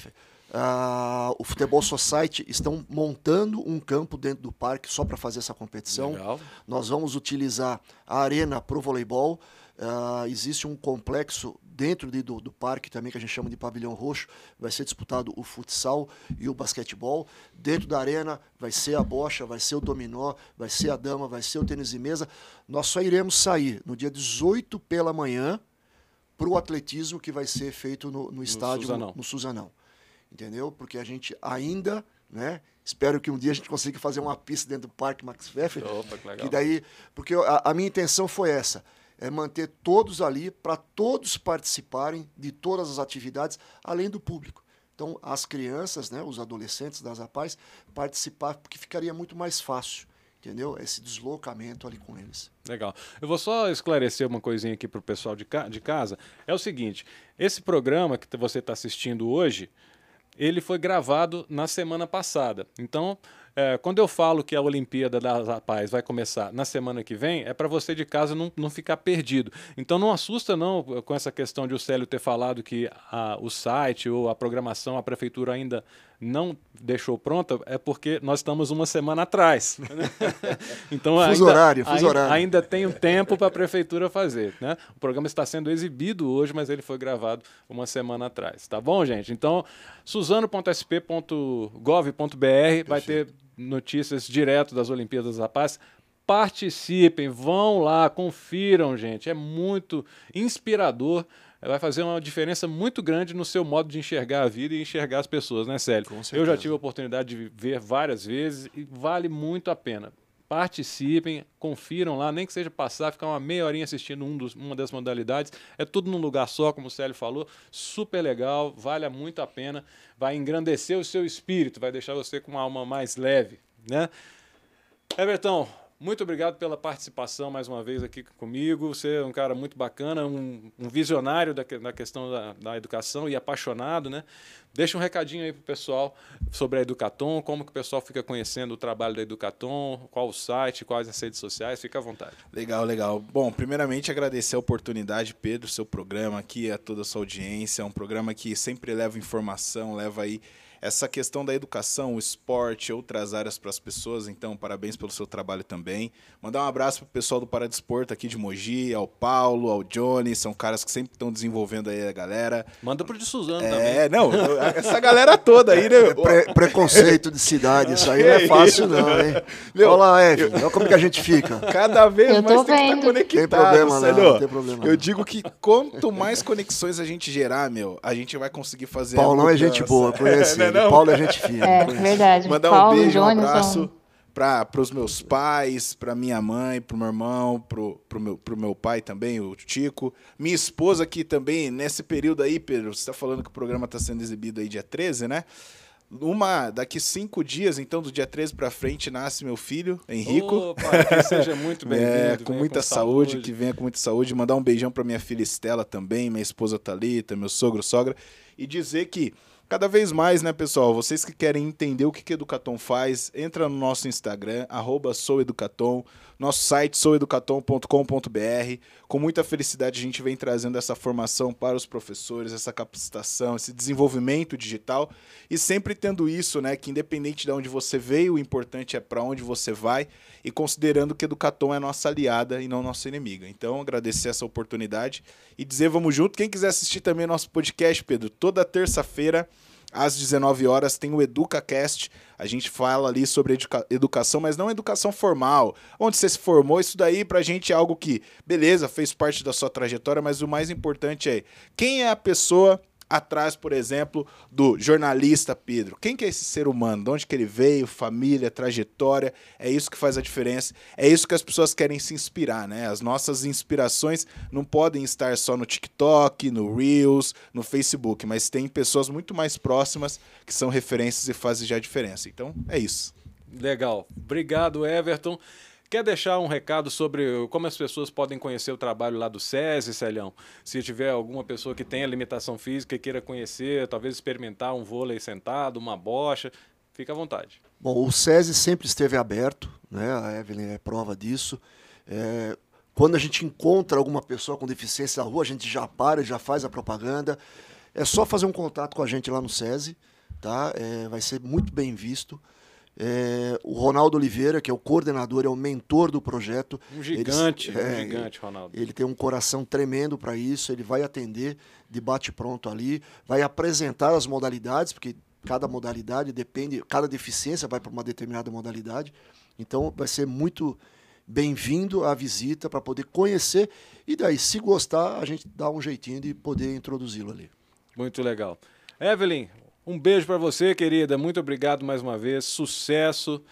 O Futebol Society estão montando um campo dentro do parque só para fazer essa competição. Legal. Nós vamos utilizar a arena para o voleibol. Existe um complexo dentro do parque também que a gente chama de pavilhão roxo. Vai ser disputado o futsal e o basquetebol. Dentro da arena vai ser a bocha, vai ser o dominó, vai ser a dama, vai ser o tênis de mesa. Nós só iremos sair no dia 18 pela manhã para o atletismo que vai ser feito no estádio no Suzanão. Entendeu? Porque a gente ainda, né? Espero que um dia a gente consiga fazer uma pista dentro do Parque Max Pfeffer. Opa, que legal. Que daí, porque a minha intenção foi essa. É manter todos ali para todos participarem de todas as atividades, além do público. Então, as crianças, né, os adolescentes das APAES, participar, porque ficaria muito mais fácil, entendeu? Esse deslocamento ali com eles. Legal. Eu vou só esclarecer uma coisinha aqui para o pessoal de casa. É o seguinte, esse programa que você está assistindo hoje, ele foi gravado na semana passada. Então, quando eu falo que a Olimpíada das APAES vai começar na semana que vem, é para você de casa não ficar perdido. Então não assusta não com essa questão de o Célio ter falado que o site ou a programação, a prefeitura ainda não deixou pronta, é porque nós estamos uma semana atrás. Então fuso horário. Ainda tem um tempo para a prefeitura fazer, né? O programa está sendo exibido hoje, mas ele foi gravado uma semana atrás. Tá bom, gente? Então, suzano.sp.gov.br vai ter notícias direto das Olimpíadas da Paz. Participem, vão lá, confiram, gente. É muito inspirador. Vai fazer uma diferença muito grande no seu modo de enxergar a vida e enxergar as pessoas, né, Célio? Eu já tive a oportunidade de ver várias vezes e vale muito a pena. Participem, confiram lá, nem que seja passar, ficar uma meia horinha assistindo uma das modalidades. É tudo num lugar só, como o Célio falou, super legal, vale muito a pena. Vai engrandecer o seu espírito, vai deixar você com uma alma mais leve, né? Everton, muito obrigado pela participação mais uma vez aqui comigo. Você é um cara muito bacana, um visionário da questão da educação e apaixonado, né? Deixa um recadinho aí pro pessoal sobre a Educatom, como que o pessoal fica conhecendo o trabalho da Educatom, qual o site, quais as redes sociais, fica à vontade. Legal, legal. Bom, primeiramente agradecer a oportunidade, Pedro, seu programa aqui, a toda a sua audiência. É um programa que sempre leva informação, leva aí essa questão da educação, o esporte, outras áreas para as pessoas. Então, parabéns pelo seu trabalho também. Mandar um abraço para o pessoal do Paradesporto aqui de Mogi, ao Paulo, ao Johnny, são caras que sempre estão desenvolvendo aí a galera. Manda pro de Suzano também. Não, essa galera toda aí, né? Preconceito de cidade, isso aí não é fácil não, hein? Olha lá, Eve, olha como que a gente fica. Cada vez mais tem que estar conectado. Tem problema não, tem problema. Eu digo que quanto mais conexões a gente gerar, a gente vai conseguir fazer Paulão é gente boa, conhece. Paulo é gente fina. É, verdade. Mandar Paulo, um beijo, um Johnny abraço para os meus pais, para minha mãe, para o meu irmão, pro meu pai também, o Tico. Minha esposa aqui também, nesse período aí, Pedro, você está falando que o programa está sendo exibido aí dia 13, né? Daqui 5 dias, então, do dia 13 para frente, nasce meu filho, Henrico. Opa, que seja muito bem-vindo. Com muita saúde, que venha com muita saúde. Mandar um beijão para minha filha Estela também, minha esposa Thalita, meu sogro, sogra. E dizer que cada vez mais, né, pessoal, vocês que querem entender o que a Educatom faz, entra no nosso Instagram, @soueducatom, nosso site soueducatom.com.br. Com muita felicidade a gente vem trazendo essa formação para os professores, essa capacitação, esse desenvolvimento digital e sempre tendo isso, né, que independente de onde você veio, o importante é para onde você vai e considerando que a Educatom é nossa aliada e não nossa inimiga. Então, agradecer essa oportunidade e dizer vamos junto. Quem quiser assistir também nosso podcast, Pedro, toda terça-feira, às 19 horas, tem o EducaCast. A gente fala ali sobre educação, mas não educação formal. Onde você se formou, isso daí pra gente é algo que, beleza, fez parte da sua trajetória, mas o mais importante é quem é a pessoa atrás, por exemplo, do jornalista Pedro. Quem que é esse ser humano? De onde que ele veio? Família, trajetória. É isso que faz a diferença. É isso que as pessoas querem se inspirar, né? As nossas inspirações não podem estar só no TikTok, no Reels, no Facebook, mas tem pessoas muito mais próximas que são referências e fazem já a diferença. Então, é isso. Legal. Obrigado, Everton. Quer deixar um recado sobre como as pessoas podem conhecer o trabalho lá do SESI, Celião? Se tiver alguma pessoa que tenha limitação física e queira conhecer, talvez experimentar um vôlei sentado, uma bocha, fica à vontade. Bom, o SESI sempre esteve aberto, né? A Evelyn é prova disso. Quando a gente encontra alguma pessoa com deficiência na rua, a gente já para, já faz a propaganda. É só fazer um contato com a gente lá no SESI. tá? Vai ser muito bem visto. O Ronaldo Oliveira, que é o coordenador, é o mentor do projeto. Um gigante, Ronaldo. Ele tem um coração tremendo para isso, ele vai atender de bate-pronto ali, vai apresentar as modalidades, porque cada modalidade depende, cada deficiência vai para uma determinada modalidade. Então vai ser muito bem-vindo a visita para poder conhecer e daí, se gostar, a gente dá um jeitinho de poder introduzi-lo ali. Muito legal. Evelyn, um beijo para você, querida. Muito obrigado mais uma vez. Sucesso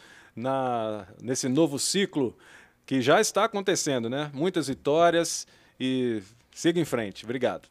nesse novo ciclo que já está acontecendo, né? Muitas vitórias e siga em frente. Obrigado.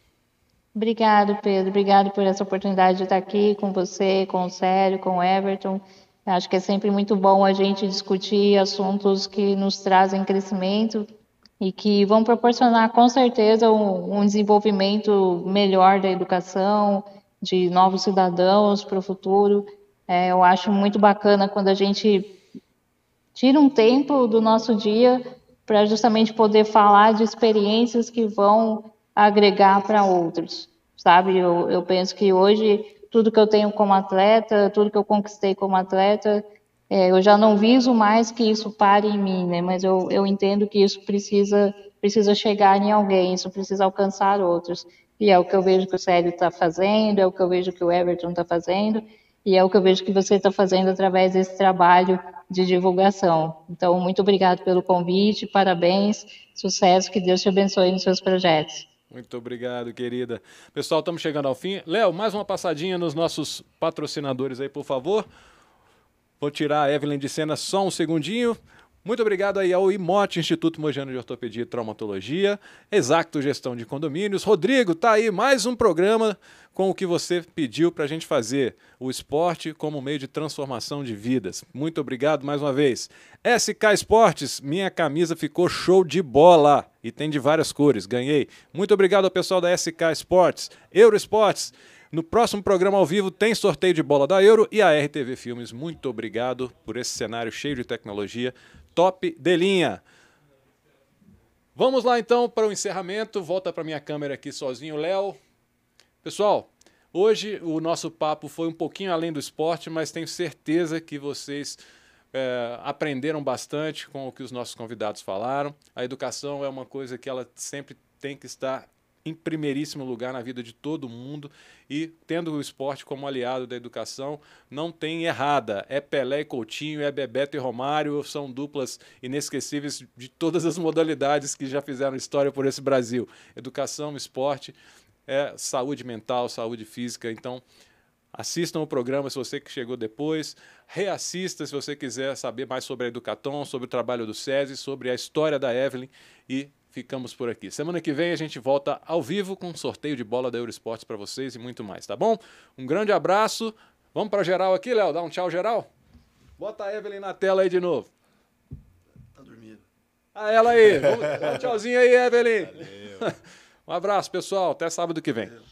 Obrigado, Pedro. Obrigado por essa oportunidade de estar aqui com você, com o Célio, com o Everton. Acho que é sempre muito bom a gente discutir assuntos que nos trazem crescimento e que vão proporcionar, com certeza, um desenvolvimento melhor da educação, de novos cidadãos para o futuro. Eu acho muito bacana quando a gente tira um tempo do nosso dia para justamente poder falar de experiências que vão agregar para outros, sabe? Eu penso que hoje tudo que eu tenho como atleta, tudo que eu conquistei como atleta, eu já não viso mais que isso pare em mim, né? Mas eu entendo que isso precisa chegar em alguém, isso precisa alcançar outros. E é o que eu vejo que o Célio está fazendo, é o que eu vejo que o Everton está fazendo, e é o que eu vejo que você está fazendo através desse trabalho de divulgação. Então, muito obrigado pelo convite, parabéns, sucesso, que Deus te abençoe nos seus projetos. Muito obrigado, querida. Pessoal, estamos chegando ao fim. Léo, mais uma passadinha nos nossos patrocinadores aí, por favor. Vou tirar a Evelyn de cena só um segundinho. Muito obrigado aí ao IMOT, Instituto Mojano de Ortopedia e Traumatologia, Exacto Gestão de Condomínios. Rodrigo, tá aí mais um programa com o que você pediu para a gente fazer, o esporte como meio de transformação de vidas. Muito obrigado mais uma vez. SK Esportes, minha camisa ficou show de bola e tem de várias cores, ganhei. Muito obrigado ao pessoal da SK Esportes, Euroesportes. No próximo programa ao vivo tem sorteio de bola da Euro e a RTV Filmes. Muito obrigado por esse cenário cheio de tecnologia. Top de linha. Vamos lá então para o encerramento. Volta para minha câmera aqui sozinho, Léo. Pessoal, hoje o nosso papo foi um pouquinho além do esporte, mas tenho certeza que vocês aprenderam bastante com o que os nossos convidados falaram. A educação é uma coisa que ela sempre tem que estar em primeiríssimo lugar na vida de todo mundo e tendo o esporte como aliado da educação, não tem errada. É Pelé e Coutinho, é Bebeto e Romário, são duplas inesquecíveis de todas as modalidades que já fizeram história por esse Brasil. Educação, esporte, saúde mental, saúde física. Então, assistam o programa se você que chegou depois, reassista se você quiser saber mais sobre a Educatom, sobre o trabalho do SESI, sobre a história da Evelyn e ficamos por aqui. Semana que vem a gente volta ao vivo com um sorteio de bola da Euroesportes para vocês e muito mais, tá bom? Um grande abraço. Vamos para geral aqui, Léo? Dá um tchau geral? Bota a Evelyn na tela aí de novo. Tá dormindo. Ela aí. Dá um tchauzinho aí, Evelyn. Valeu. Um abraço, pessoal. Até sábado que vem.